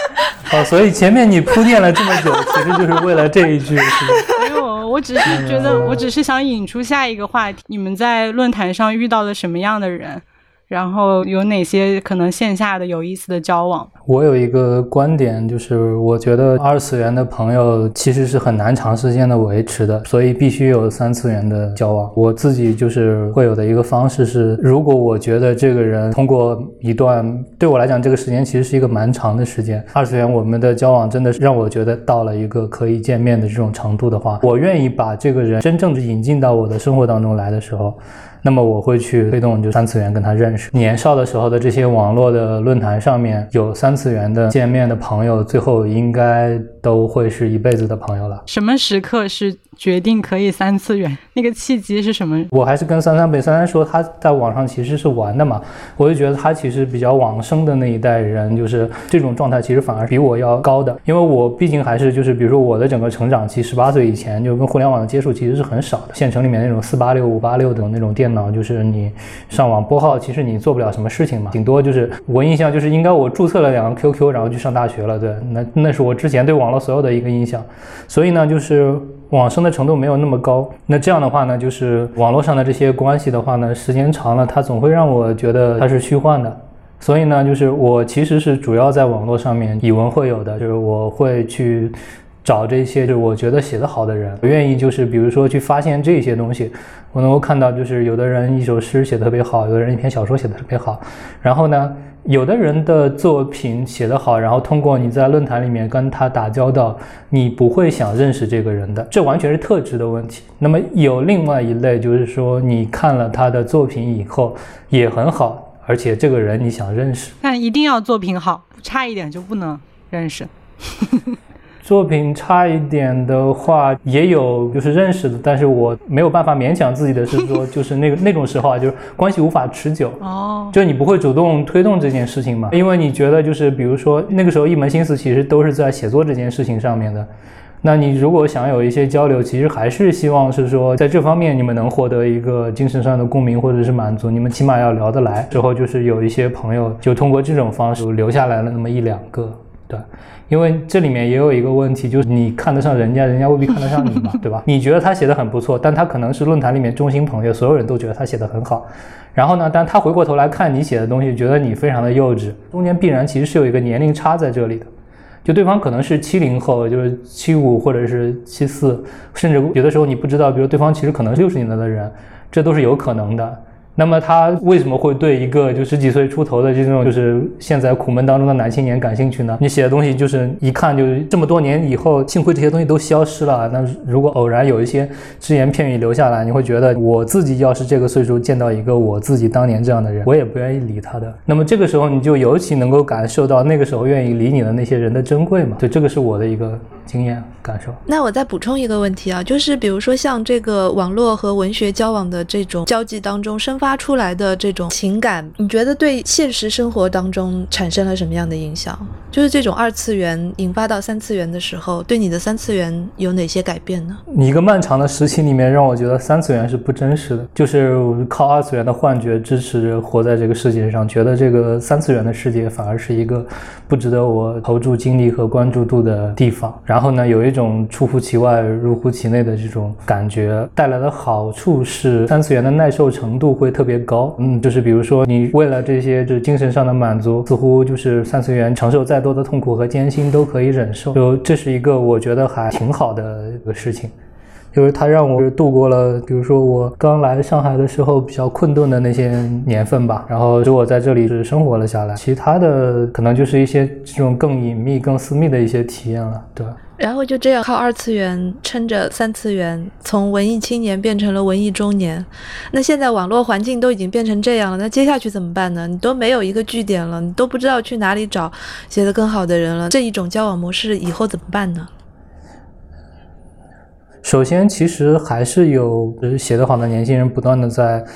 哦，所以前面你铺垫了这么久，其实就是为了这一句，是吧？
没有，我只是觉得，我只是想引出下一个话题：你们在论坛上遇到了什么样的人？然后有哪些可能线下的有意思的交往？
我有一个观点，就是我觉得二次元的朋友其实是很难长时间的维持的，所以必须有三次元的交往。我自己就是会有的一个方式是，如果我觉得这个人通过一段，对我来讲这个时间其实是一个蛮长的时间，二次元我们的交往真的让我觉得到了一个可以见面的这种程度的话，我愿意把这个人真正的引进到我的生活当中来的时候，那么我会去推动就三次元跟他认识。年少的时候的这些网络的论坛上面有三次元的见面的朋友，最后应该都会是一辈子的朋友了。
什么时刻是决定可以三次元？那个契机是什么？
我还是跟三三北三三说，他在网上其实是玩的嘛，我就觉得他其实比较往生的那一代人，就是这种状态其实反而比我要高的，因为我毕竟还是就是比如说我的整个成长期十八岁以前就跟互联网的接触其实是很少的，县城里面那种四八六五八六的那种电脑，就是你上网拨号，其实你做不了什么事情嘛，顶多就是我印象就是应该我注册了两个 Q Q 然后去上大学了，对，那那是我之前对网络所有的一个印象，所以呢就是往生的程度没有那么高。那这样的话呢，就是网络上的这些关系的话呢，时间长了它总会让我觉得它是虚幻的，所以呢就是我其实是主要在网络上面以文会友的，就是我会去找这些就是我觉得写得好的人，我愿意就是比如说去发现这些东西，我能够看到就是有的人一首诗写得特别好，有的人一篇小说写得特别好，然后呢有的人的作品写得好，然后通过你在论坛里面跟他打交道，你不会想认识这个人的，这完全是特质的问题。那么有另外一类就是说你看了他的作品以后也很好，而且这个人你想认识，
但一定要作品好，差一点就不能认识
作品差一点的话也有就是认识的，但是我没有办法勉强自己的是说就是那个那种时候啊，就是关系无法持久哦，就你不会主动推动这件事情嘛，因为你觉得就是比如说那个时候一门心思其实都是在写作这件事情上面的，那你如果想有一些交流，其实还是希望是说在这方面你们能获得一个精神上的共鸣或者是满足，你们起码要聊得来，之后就是有一些朋友就通过这种方式留下来了那么一两个，对，因为这里面也有一个问题，就是你看得上人家，人家未必看得上你嘛，对吧？你觉得他写得很不错，但他可能是论坛里面中心朋友，所有人都觉得他写得很好，然后呢，但他回过头来看你写的东西，觉得你非常的幼稚，中间必然其实是有一个年龄差在这里的，就对方可能是七零后，就是七五或者是七四，甚至有的时候你不知道，比如对方其实可能是六十年代的人，这都是有可能的。那么他为什么会对一个就十几岁出头的这种就是现在苦闷当中的男青年感兴趣呢？你写的东西就是一看就是这么多年以后，幸亏这些东西都消失了，那如果偶然有一些只言片语留下来，你会觉得我自己要是这个岁数见到一个我自己当年这样的人，我也不愿意理他的。那么这个时候你就尤其能够感受到那个时候愿意理你的那些人的珍贵嘛，对，这个是我的一个经验感受。
那我再补充一个问题啊，就是比如说像这个网络和文学交往的这种交际当中生发出来的这种情感，你觉得对现实生活当中产生了什么样的影响？就是这种二次元引发到三次元的时候，对你的三次元有哪些改变呢？
一个漫长的时期里面让我觉得三次元是不真实的，就是靠二次元的幻觉支持着活在这个世界上，觉得这个三次元的世界反而是一个不值得我投注精力和关注度的地方。然后呢，有一种出乎其外入乎其内的这种感觉，带来的好处是三次元的耐受程度会特别高。嗯，就是比如说你为了这些就是精神上的满足，似乎就是三次元承受再多的痛苦和艰辛都可以忍受，就这是一个我觉得还挺好的一个事情。就是它让我度过了比如说我刚来上海的时候比较困顿的那些年份吧，然后使我在这里是生活了下来，其他的可能就是一些这种更隐秘更私密的一些体验了，对。
然后就这样靠二次元撑着三次元，从文艺青年变成了文艺中年。那现在网络环境都已经变成这样了，那接下去怎么办呢？你都没有一个据点了，你都不知道去哪里找写得更好的人了，这一种交往模式以后怎么办呢？首
先其实还是有写得好的年轻人不断的在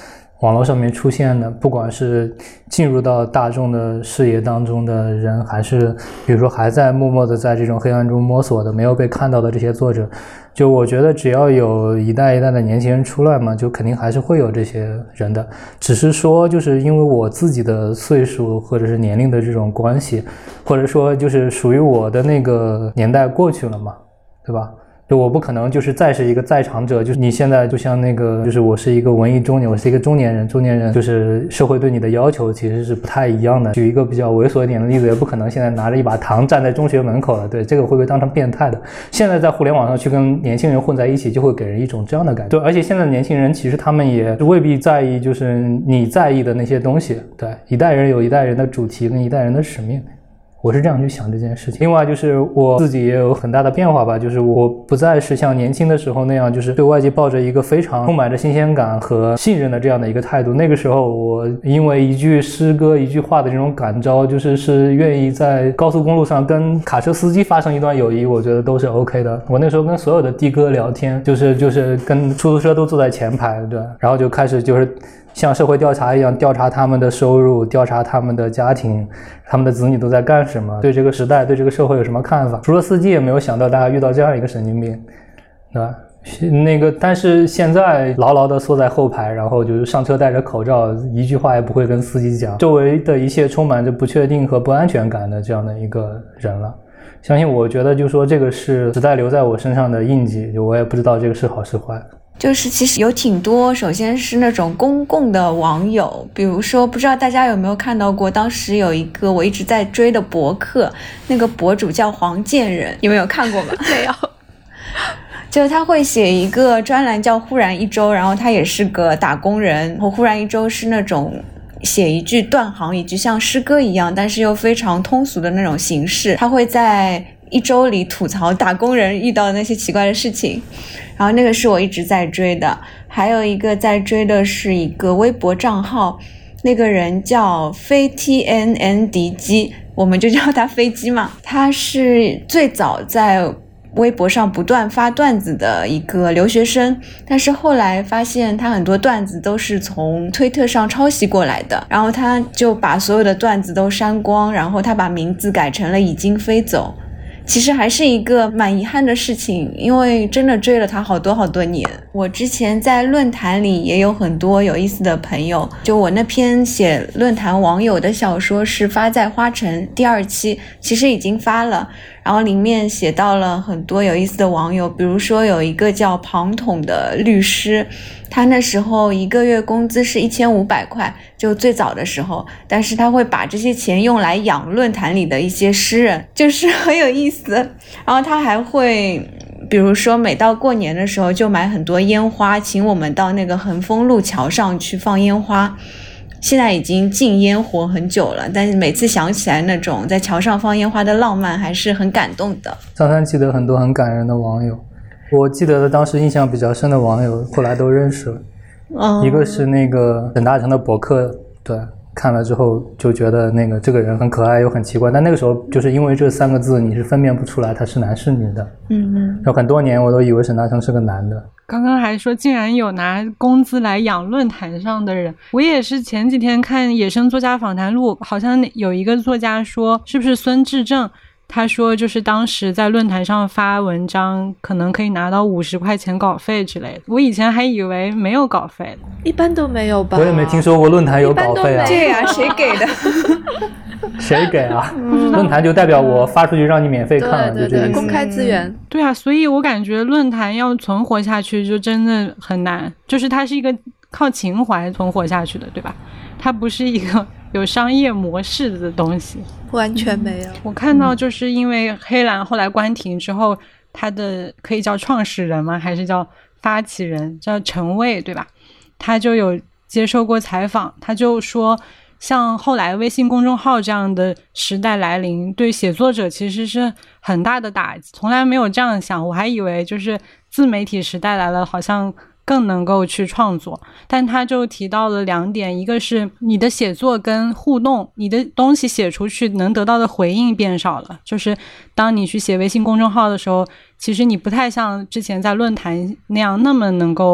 网络上面出现的，不管是进入到大众的视野当中的人，还是比如说还在默默的在这种黑暗中摸索的没有被看到的这些作者，就我觉得只要有一代一代的年轻人出来嘛，就肯定还是会有这些人的，只是说就是因为我自己的岁数或者是年龄的这种关系，或者说就是属于我的那个年代过去了嘛，对吧？就我不可能就是再是一个在场者，就是你现在就像那个就是我是一个文艺中年，我是一个中年人，中年人就是社会对你的要求其实是不太一样的。举一个比较猥琐一点的例子，也不可能现在拿着一把糖站在中学门口了，对，这个会被当成变态的。现在在互联网上去跟年轻人混在一起，就会给人一种这样的感觉。对，而且现在的年轻人其实他们也未必在意就是你在意的那些东西，对，一代人有一代人的主题跟一代人的使命。我是这样去想这件事情。另外就是我自己也有很大的变化吧，就是我不再是像年轻的时候那样，就是对外界抱着一个非常充满着新鲜感和信任的这样的一个态度。那个时候我因为一句诗歌一句话的这种感召，就是是愿意在高速公路上跟卡车司机发生一段友谊，我觉得都是 OK 的。我那时候跟所有的的哥聊天，就是就是跟出租车都坐在前排，对，然后就开始就是像社会调查一样调查他们的收入，调查他们的家庭，他们的子女都在干什么，对这个时代对这个社会有什么看法。除了司机也没有想到大家遇到这样一个神经病，对吧？那个但是现在牢牢的缩在后排，然后就是上车戴着口罩，一句话也不会跟司机讲，周围的一切充满着不确定和不安全感的这样的一个人了。相信我觉得就说这个是时代留在我身上的印记，就我也不知道这个是好是坏。
就是其实有挺多，首先是那种公共的网友，比如说不知道大家有没有看到过，当时有一个我一直在追的博客，那个博主叫黄建仁，你们有看过吗？
没有。
就他会写一个专栏叫忽然一周，然后他也是个打工人，然后忽然一周是那种写一句断行一句像诗歌一样，但是又非常通俗的那种形式，他会在一周里吐槽打工人遇到的那些奇怪的事情，然后那个是我一直在追的。还有一个在追的是一个微博账号，那个人叫飞 T N N 迪基，我们就叫他飞机嘛。他是最早在微博上不断发段子的一个留学生，但是后来发现他很多段子都是从推特上抄袭过来的，然后他就把所有的段子都删光，然后他把名字改成了已经飞走。其实还是一个蛮遗憾的事情，因为真的追了他好多好多年。我之前在论坛里也有很多有意思的朋友，就我那篇写论坛网友的小说是发在花城第二期，其实已经发了，然后里面写到了很多有意思的网友，比如说有一个叫庞统的律师，他那时候一个月工资是一千五百块，就最早的时候，但是他会把这些钱用来养论坛里的一些诗人，就是很有意思。然后他还会比如说每到过年的时候就买很多烟花，请我们到那个恒丰路桥上去放烟花。现在已经禁烟火很久了，但是每次想起来那种在桥上放烟花的浪漫还是很感动的。
张三记得很多很感人的网友，我记得的当时印象比较深的网友后来都认识了、嗯、一个是那个沈大成的博客，对，看了之后就觉得那个这个人很可爱又很奇怪，但那个时候就是因为这三个字你是分辨不出来他是男是女的。嗯嗯，有很多年我都以为沈大成是个男的。
刚刚还说竟然有拿工资来养论坛上的人，我也是前几天看野生作家访谈录，好像有一个作家说是不是孙智正，他说就是当时在论坛上发文章可能可以拿到五十块钱稿费之类的，我以前还以为没有稿费的，
一般都没有吧。
我也没听说过论坛有稿费啊。
对啊，谁给的？
谁给啊？论坛就代表我发出去让你免费看了，
对对对，公开资源。
对啊，所以我感觉论坛要存活下去就真的很难，就是它是一个靠情怀存活下去的，对吧？它不是一个有商业模式的东西，
完全没有、嗯、
我看到就是因为黑蓝后来关停之后，他的可以叫创始人吗？还是叫发起人叫陈蔚，对吧？他就有接受过采访，他就说像后来微信公众号这样的时代来临，对写作者其实是很大的打击，从来没有这样想，我还以为就是自媒体时代来了好像更能够去创作，但他就提到了两点，一个是你的写作跟互动，你的东西写出去能得到的回应变少了，就是当你去写微信公众号的时候，其实你不太像之前在论坛那样那么能够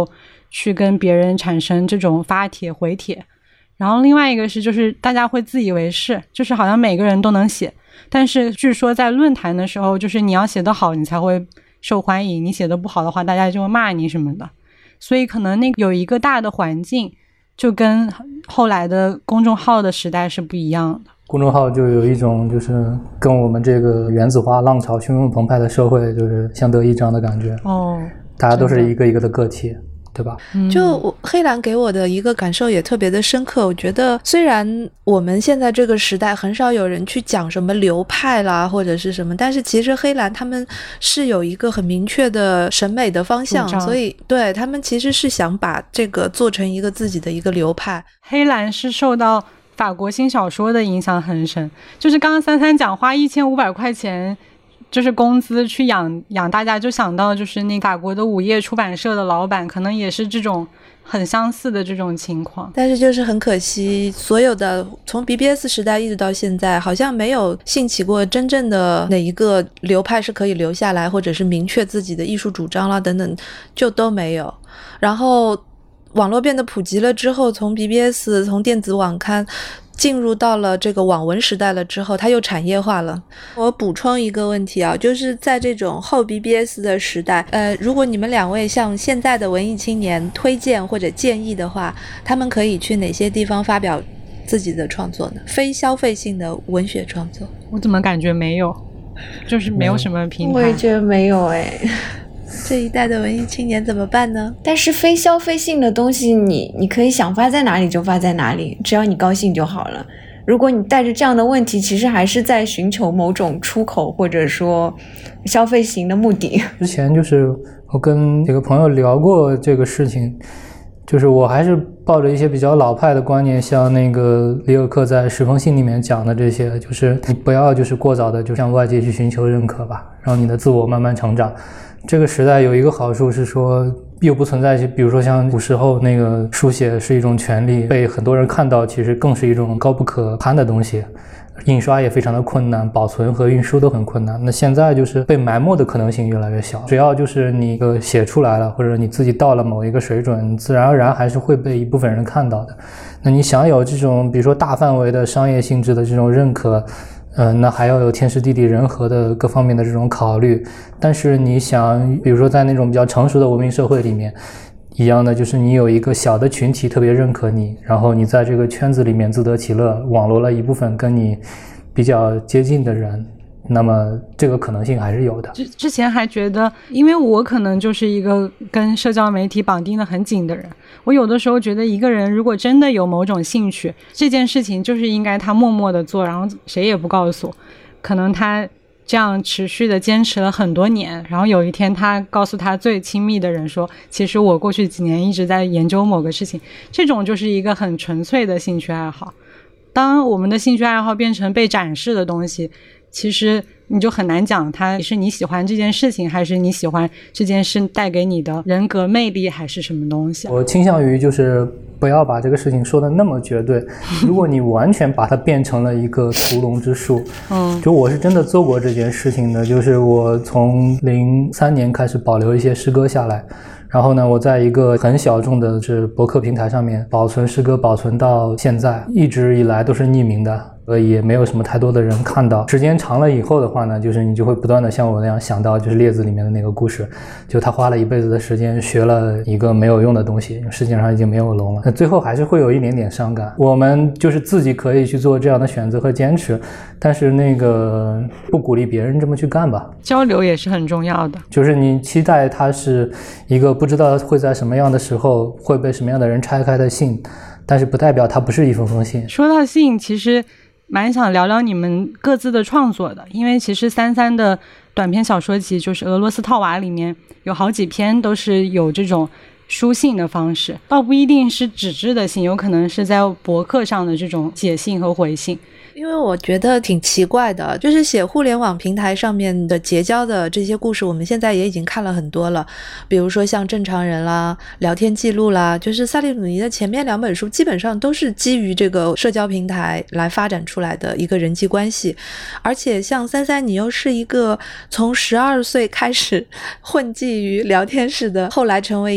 去跟别人产生这种发帖回帖。然后另外一个是就是大家会自以为是，就是好像每个人都能写，但是据说在论坛的时候，就是你要写得好你才会受欢迎，你写得不好的话大家就会骂你什么的。所以可能那个有一个大的环境就跟后来的公众号的时代是不一样的。
公众号就有一种就是跟我们这个原子化浪潮汹涌澎湃的社会就是相得益彰的感觉。
哦，
大家都是一个一个的个体，对吧？
就黑蓝给我的一个感受也特别的深刻。我觉得虽然我们现在这个时代很少有人去讲什么流派啦或者是什么，但是其实黑蓝他们是有一个很明确的审美的方向，所以对他们其实是想把这个做成一个自己的一个流派。
黑蓝是受到法国新小说的影响很深，就是刚刚三三讲花一千五百块钱就是工资去养养大家，就想到就是那法国的午夜出版社的老板可能也是这种很相似的这种情况。
但是就是很可惜，所有的从 B B S 时代一直到现在好像没有兴起过真正的哪一个流派是可以留下来，或者是明确自己的艺术主张啦等等，就都没有。然后网络变得普及了之后，从 B B S 从电子网刊进入到了这个网文时代了之后，它又产业化了。我补充一个问题啊，就是在这种后 B B S 的时代，呃，如果你们两位向现在的文艺青年推荐或者建议的话，他们可以去哪些地方发表自己的创作呢？非消费性的文学创作。
我怎么感觉没有，就是没有什么平台。
我也觉得没有哎。
这一代的文艺青年怎么办呢？
但是非消费性的东西你你可以想发在哪里就发在哪里，只要你高兴就好了。如果你带着这样的问题，其实还是在寻求某种出口或者说消费型的目的。
之前就是我跟几个朋友聊过这个事情，就是我还是抱着一些比较老派的观念，像那个里尔克在十封信里面讲的这些，就是你不要就是过早的就向外界去寻求认可吧，让你的自我慢慢成长。这个时代有一个好处是说，又不存在比如说像古时候那个书写是一种权利，被很多人看到其实更是一种高不可攀的东西，印刷也非常的困难，保存和运输都很困难。那现在就是被埋没的可能性越来越小，只要就是你写出来了，或者你自己到了某一个水准，自然而然还是会被一部分人看到的。那你想有这种比如说大范围的商业性质的这种认可，呃，那还要有天时地利人和的各方面的这种考虑。但是你想比如说在那种比较成熟的文明社会里面一样的，就是你有一个小的群体特别认可你，然后你在这个圈子里面自得其乐，网罗了一部分跟你比较接近的人，那么这个可能性还是有的。
之之前还觉得，因为我可能就是一个跟社交媒体绑定的很紧的人，我有的时候觉得一个人如果真的有某种兴趣，这件事情就是应该他默默的做，然后谁也不告诉我，可能他这样持续的坚持了很多年，然后有一天他告诉他最亲密的人说，其实我过去几年一直在研究某个事情，这种就是一个很纯粹的兴趣爱好。当我们的兴趣爱好变成被展示的东西，其实你就很难讲它是你喜欢这件事情，还是你喜欢这件事带给你的人格魅力，还是什么东西。
我倾向于就是不要把这个事情说的那么绝对，如果你完全把它变成了一个屠龙之术，嗯，就我是真的做过这件事情的，就是我从零三年开始保留一些诗歌下来，然后呢，我在一个很小众的是博客平台上面保存诗歌，保存到现在，一直以来都是匿名的，所以也没有什么太多的人看到。时间长了以后的话呢，就是你就会不断的像我那样想到就是列子里面的那个故事，就他花了一辈子的时间学了一个没有用的东西，世界上已经没有龙了，那最后还是会有一点点伤感。我们就是自己可以去做这样的选择和坚持，但是那个不鼓励别人这么去干吧。
交流也是很重要的，
就是你期待它是一个不知道会在什么样的时候会被什么样的人拆开的信，但是不代表它不是一封封信。
说到信，其实蛮想聊聊你们各自的创作的，因为其实三三的短篇小说集就是俄罗斯套娃里面有好几篇都是有这种书信的方式，倒不一定是纸质的信，有可能是在博客上的这种写信和回信。
因为我觉得挺奇怪的，就是写互联网平台上面的结交的这些故事，我们现在也已经看了很多了，比如说像正常人啦、聊天记录啦，就是萨利鲁尼的前面两本书基本上都是基于这个社交平台来发展出来的一个人际关系。而且像三三，你又是一个从十二岁开始混迹于聊天室的，后来成为一个小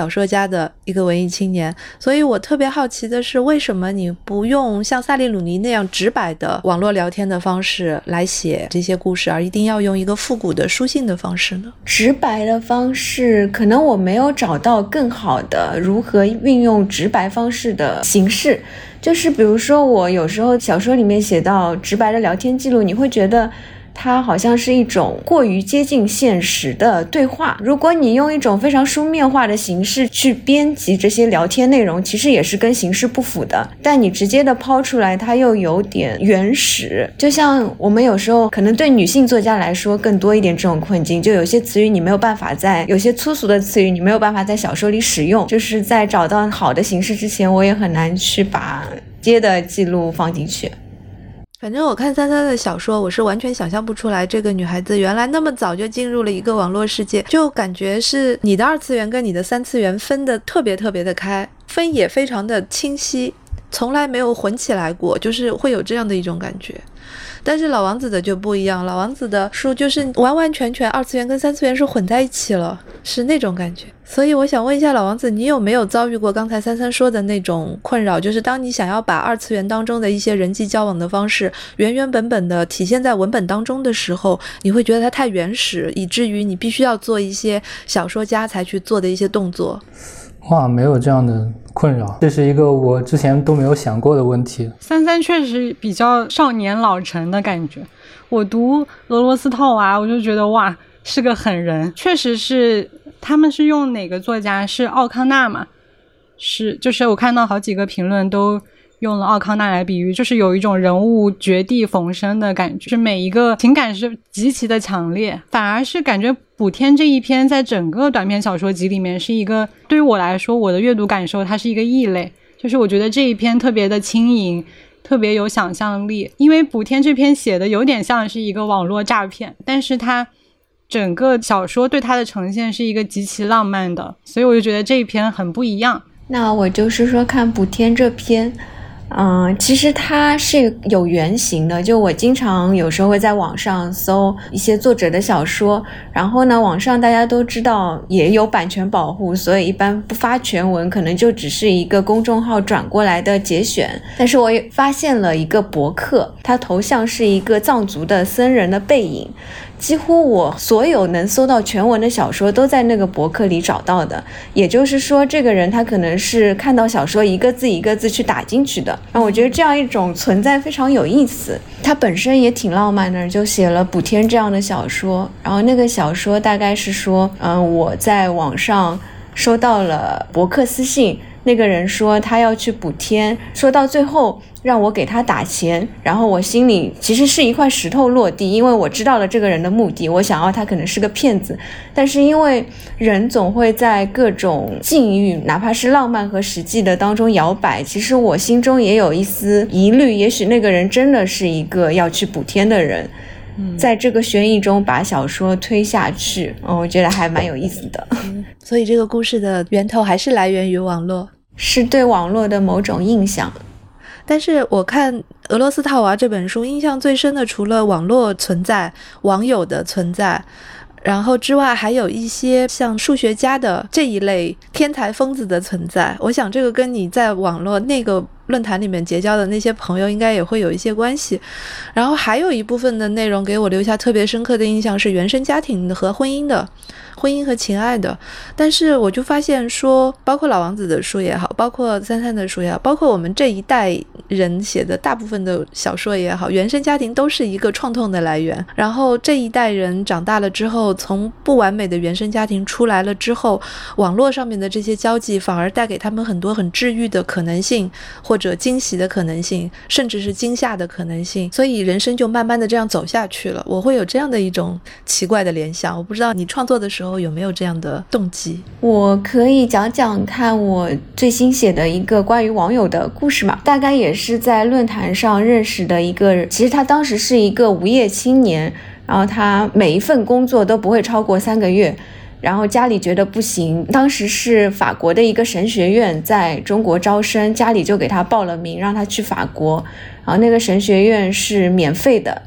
说家的一个文艺青年。所以我特别好奇的是，为什么你不用像萨利鲁尼那样直白的网络聊天的方式来写这些故事，而一定要用一个复古的书信的方式呢？
直白的方式，可能我没有找到更好的如何运用直白方式的形式。就是比如说我有时候小说里面写到直白的聊天记录，你会觉得它好像是一种过于接近现实的对话。如果你用一种非常书面化的形式去编辑这些聊天内容，其实也是跟形式不符的，但你直接的抛出来，它又有点原始。就像我们有时候可能对女性作家来说更多一点这种困境，就有些词语你没有办法在，有些粗俗的词语你没有办法在小说里使用，就是在找到好的形式之前，我也很难去把接的记录放进去。
反正我看三三的小说，我是完全想象不出来这个女孩子原来那么早就进入了一个网络世界，就感觉是你的二次元跟你的三次元分得特别特别的开，分也非常的清晰，从来没有混起来过，就是会有这样的一种感觉。但是老王子的就不一样，老王子的书就是完完全全二次元跟三次元是混在一起了，是那种感觉。所以我想问一下老王子，你有没有遭遇过刚才三三说的那种困扰，就是当你想要把二次元当中的一些人际交往的方式原原本本的体现在文本当中的时候，你会觉得它太原始，以至于你必须要做一些小说家才去做的一些动作？
哇，没有这样的困扰，这是一个我之前都没有想过的问题。
三三确实比较少年老成的感觉，我读俄罗斯套娃我就觉得哇是个狠人，确实是。他们是用哪个作家？是奥康纳嘛？是，就是我看到好几个评论都用了奥康纳来比喻，就是有一种人物绝地逢生的感觉，就是每一个情感是极其的强烈。反而是感觉补天这一篇在整个短篇小说集里面是一个，对于我来说我的阅读感受它是一个异类，就是我觉得这一篇特别的轻盈，特别有想象力。因为补天这篇写的有点像是一个网络诈骗，但是它整个小说对它的呈现是一个极其浪漫的，所以我就觉得这一篇很不一样。
那我就是说看补天这篇嗯、呃，其实它是有原型的，就我经常有时候会在网上搜一些作者的小说，然后呢网上大家都知道也有版权保护，所以一般不发全文，可能就只是一个公众号转过来的节选。但是我也发现了一个博客，它头像是一个藏族的僧人的背影，几乎我所有能搜到全文的小说都在那个博客里找到的，也就是说这个人他可能是看到小说一个字一个字去打进去的。然后我觉得这样一种存在非常有意思，它本身也挺浪漫的，就写了补天这样的小说。然后那个小说大概是说嗯，我在网上收到了博客私信，那个人说他要去补天，说到最后让我给他打钱，然后我心里其实是一块石头落地，因为我知道了这个人的目的，我想要他可能是个骗子，但是因为人总会在各种境遇，哪怕是浪漫和实际的当中摇摆，其实我心中也有一丝疑虑，也许那个人真的是一个要去补天的人，在这个悬疑中把小说推下去、嗯、我觉得还蛮有意思的、
嗯、所以这个故事的源头还是来源于网络，
是对网络的某种印象。
但是我看《俄罗斯套娃》这本书，印象最深的除了网络存在、网友的存在，然后之外还有一些像数学家的这一类天才疯子的存在。我想这个跟你在网络那个论坛里面结交的那些朋友应该也会有一些关系。然后还有一部分的内容给我留下特别深刻的印象是原生家庭和婚姻的婚姻和情爱的。但是我就发现说，包括老王子的书也好，包括三三的书也好，包括我们这一代人写的大部分的小说也好，原生家庭都是一个创痛的来源。然后这一代人长大了之后，从不完美的原生家庭出来了之后，网络上面的这些交际反而带给他们很多很治愈的可能性，或者惊喜的可能性，甚至是惊吓的可能性，所以人生就慢慢的这样走下去了。我会有这样的一种奇怪的联想，我不知道你创作的时候有没有这样的动机。
我可以讲讲看我最新写的一个关于网友的故事嘛，大概也是在论坛上认识的一个，其实他当时是一个无业青年，然后他每一份工作都不会超过三个月，然后家里觉得不行，当时是法国的一个神学院在中国招生，家里就给他报了名让他去法国，然后那个神学院是免费的，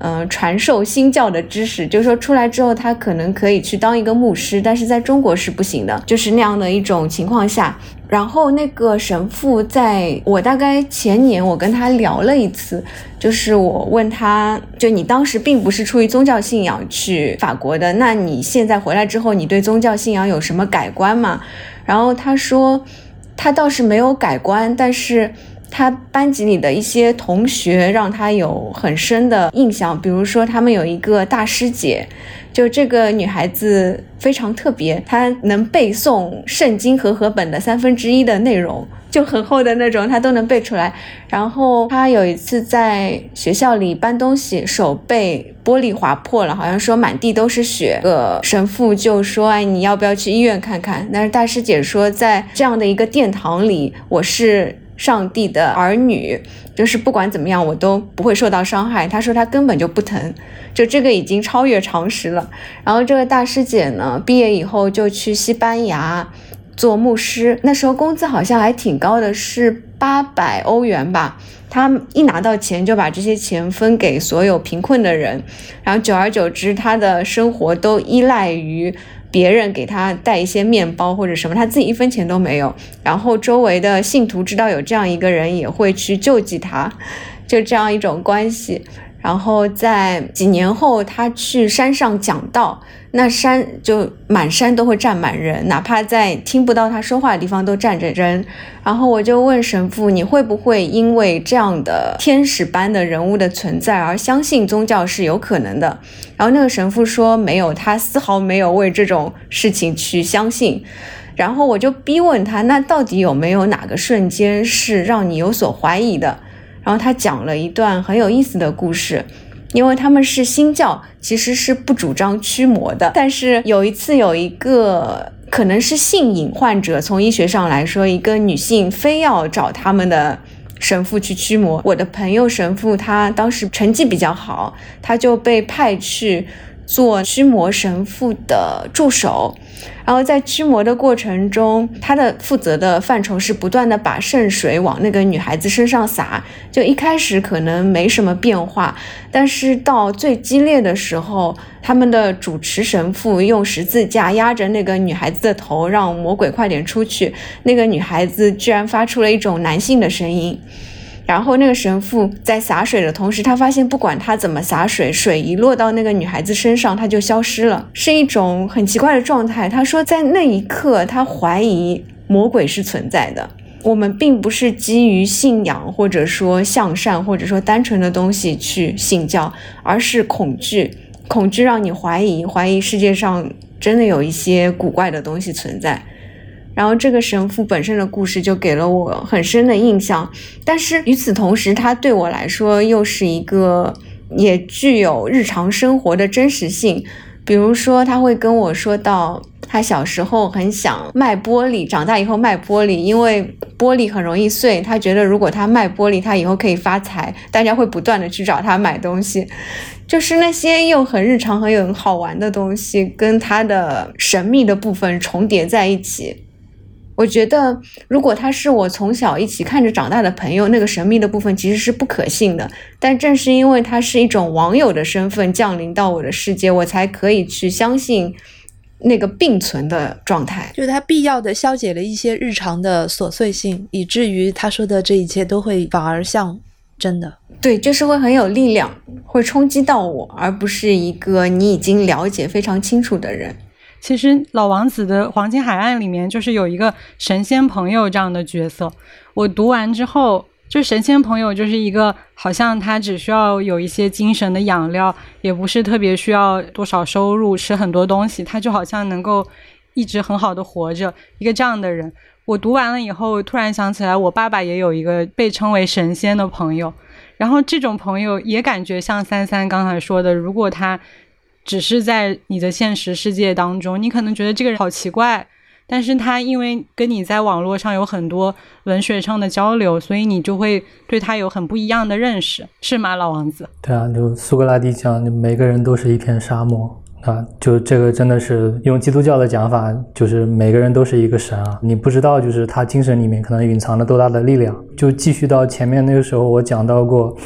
呃传授新教的知识，就是说出来之后他可能可以去当一个牧师，但是在中国是不行的，就是那样的一种情况下。然后那个神父在我大概前年我跟他聊了一次，就是我问他，就你当时并不是出于宗教信仰去法国的，那你现在回来之后你对宗教信仰有什么改观吗？然后他说他倒是没有改观，但是他班级里的一些同学让他有很深的印象，比如说他们有一个大师姐，就这个女孩子非常特别，她能背诵圣经和合本的三分之一的内容，就很厚的那种她都能背出来。然后她有一次在学校里搬东西，手被玻璃划破了，好像说满地都是血，呃，神父就说哎，你要不要去医院看看？但是大师姐说在这样的一个殿堂里，我是上帝的儿女，就是不管怎么样我都不会受到伤害。他说他根本就不疼，就这个已经超越常识了。然后这个大师姐呢，毕业以后就去西班牙做牧师，那时候工资好像还挺高的，是八百欧元吧。他一拿到钱就把这些钱分给所有贫困的人，然后久而久之他的生活都依赖于别人给他带一些面包或者什么，他自己一分钱都没有。然后周围的信徒知道有这样一个人，也会去救济他，就这样一种关系。然后在几年后他去山上讲道，那山就满山都会站满人，哪怕在听不到他说话的地方都站着人。然后我就问神父，你会不会因为这样的天使般的人物的存在而相信宗教是有可能的？然后那个神父说没有，他丝毫没有为这种事情去相信。然后我就逼问他，那到底有没有哪个瞬间是让你有所怀疑的？然后他讲了一段很有意思的故事，因为他们是新教，其实是不主张驱魔的。但是有一次有一个可能是性瘾患者，从医学上来说，一个女性非要找他们的神父去驱魔。我的朋友神父他当时成绩比较好，他就被派去做驱魔神父的助手。然后在驱魔的过程中，他的负责的范畴是不断的把圣水往那个女孩子身上洒，就一开始可能没什么变化，但是到最激烈的时候，他们的主持神父用十字架压着那个女孩子的头，让魔鬼快点出去。那个女孩子居然发出了一种男性的声音。然后那个神父在洒水的同时，他发现不管他怎么洒水，水一落到那个女孩子身上，他就消失了，是一种很奇怪的状态。他说在那一刻他怀疑魔鬼是存在的。我们并不是基于信仰或者说向善或者说单纯的东西去信教，而是恐惧，恐惧让你怀疑怀疑世界上真的有一些古怪的东西存在。然后这个神父本身的故事就给了我很深的印象，但是与此同时他对我来说又是一个也具有日常生活的真实性。比如说他会跟我说到他小时候很想卖玻璃，长大以后卖玻璃，因为玻璃很容易碎，他觉得如果他卖玻璃他以后可以发财，大家会不断的去找他买东西。就是那些又很日常很有好玩的东西跟他的神秘的部分重叠在一起。我觉得如果他是我从小一起看着长大的朋友，那个神秘的部分其实是不可信的，但正是因为他是一种网友的身份降临到我的世界，我才可以去相信那个并存的状态。
就是他必要的消解了一些日常的琐碎性，以至于他说的这一切都会反而像真的。
对，就是会很有力量，会冲击到我，而不是一个你已经了解非常清楚的人。
其实老王子的黄金海岸里面就是有一个神仙朋友这样的角色，我读完之后，就神仙朋友就是一个好像他只需要有一些精神的养料，也不是特别需要多少收入，吃很多东西，他就好像能够一直很好的活着，一个这样的人。我读完了以后突然想起来，我爸爸也有一个被称为神仙的朋友，然后这种朋友也感觉像三三刚才说的，如果他只是在你的现实世界当中，你可能觉得这个人好奇怪，但是他因为跟你在网络上有很多文学上的交流，所以你就会对他有很不一样的认识，是吗，老王子？
对啊，就苏格拉底讲每个人都是一片沙漠啊，就这个真的是用基督教的讲法，就是每个人都是一个神啊，你不知道就是他精神里面可能蕴藏了多大的力量。就继续到前面那个时候我讲到过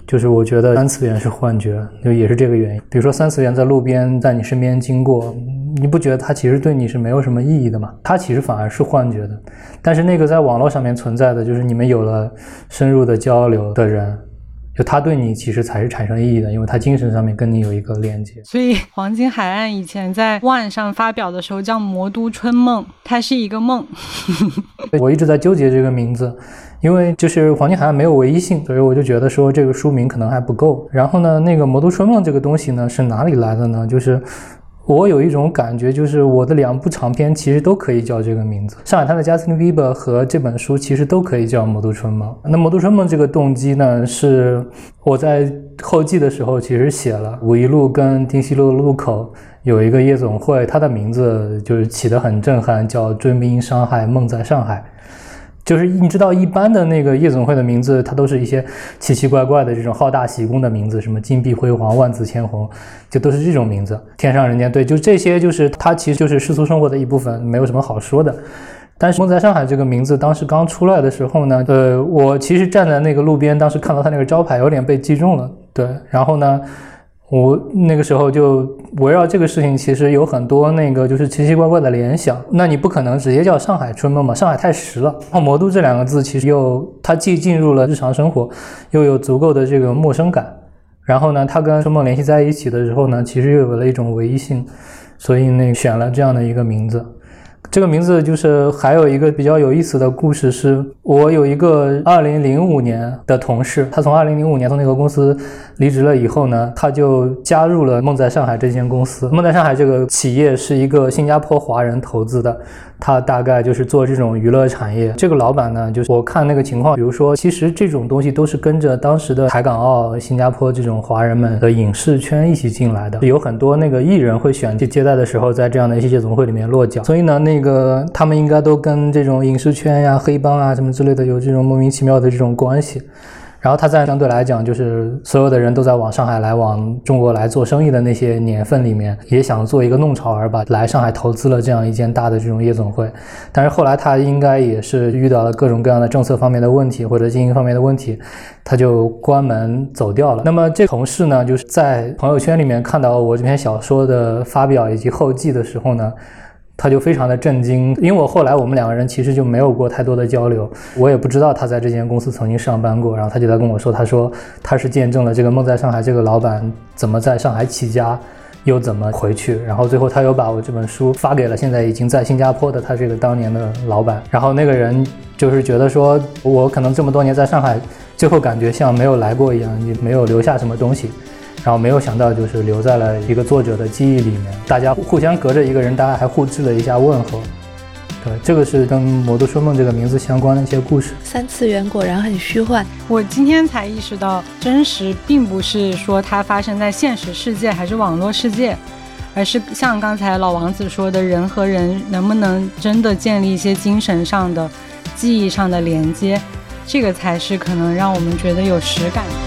就是我觉得三次元是幻觉，就也是这个原因。比如说三次元在路边在你身边经过，你不觉得它其实对你是没有什么意义的吗？它其实反而是幻觉的。但是那个在网络上面存在的，就是你们有了深入的交流的人，就他对你其实才是产生意义的，因为他精神上面跟你有一个连接。
所以黄金海岸以前在万上发表的时候叫魔都春梦，它是一个梦。
我一直在纠结这个名字，因为就是黄金海岸没有唯一性，所以我就觉得说这个书名可能还不够。然后呢，那个魔都春梦这个东西呢是哪里来的呢？就是我有一种感觉，就是我的两部长篇其实都可以叫这个名字。上海滩的 Justin Bieber 和这本书其实都可以叫魔都春梦。那魔都春梦这个动机呢，是我在后记的时候其实写了五一路跟丁西路的路口有一个夜总会，它的名字就是起得很震撼，叫追名上海，梦在上海。就是你知道一般的那个夜总会的名字，它都是一些奇奇怪怪的这种好大喜功的名字，什么金碧辉煌、万紫千红，就都是这种名字。天上人间，对，就这些，就是它其实就是世俗生活的一部分，没有什么好说的。但是梦在上海这个名字当时刚出来的时候呢，呃，我其实站在那个路边，当时看到它那个招牌，有点被击中了，对，然后呢。我那个时候就围绕这个事情其实有很多那个就是奇奇怪怪的联想。那你不可能直接叫上海春梦嘛，上海太实了。然后魔都这两个字其实又它既进入了日常生活，又有足够的这个陌生感，然后呢它跟春梦联系在一起的时候呢，其实又有了一种唯一性，所以那选了这样的一个名字。这个名字就是还有一个比较有意思的故事，是我有一个二零零五年的同事，他从二零零五年从那个公司离职了以后呢，他就加入了梦在上海这间公司。梦在上海这个企业是一个新加坡华人投资的，他大概就是做这种娱乐产业。这个老板呢，就是我看那个情况，比如说其实这种东西都是跟着当时的海港澳、新加坡这种华人们的影视圈一起进来的，有很多那个艺人会选去接待的时候在这样的一些夜总会里面落脚，所以呢那个他们应该都跟这种影视圈呀、黑帮啊什么之类的有这种莫名其妙的这种关系。然后他在相对来讲就是所有的人都在往上海来往中国来做生意的那些年份里面，也想做一个弄潮儿吧，来上海投资了这样一间大的这种夜总会。但是后来他应该也是遇到了各种各样的政策方面的问题或者经营方面的问题，他就关门走掉了。那么这同事呢，就是在朋友圈里面看到我这篇小说的发表以及后记的时候呢，他就非常的震惊，因为我后来我们两个人其实就没有过太多的交流，我也不知道他在这间公司曾经上班过。然后他就在跟我说，他说他是见证了这个梦在上海这个老板怎么在上海起家，又怎么回去，然后最后他又把我这本书发给了现在已经在新加坡的他这个当年的老板。然后那个人就是觉得说我可能这么多年在上海，最后感觉像没有来过一样，也没有留下什么东西，然后没有想到就是留在了一个作者的记忆里面，大家互相隔着一个人，大家还互致了一下问候。对，这个是跟魔都春梦这个名字相关的一些故事。
三次元果然很虚幻。
我今天才意识到，真实并不是说它发生在现实世界还是网络世界，而是像刚才老王子说的，人和人能不能真的建立一些精神上的、记忆上的连接，这个才是可能让我们觉得有实感的。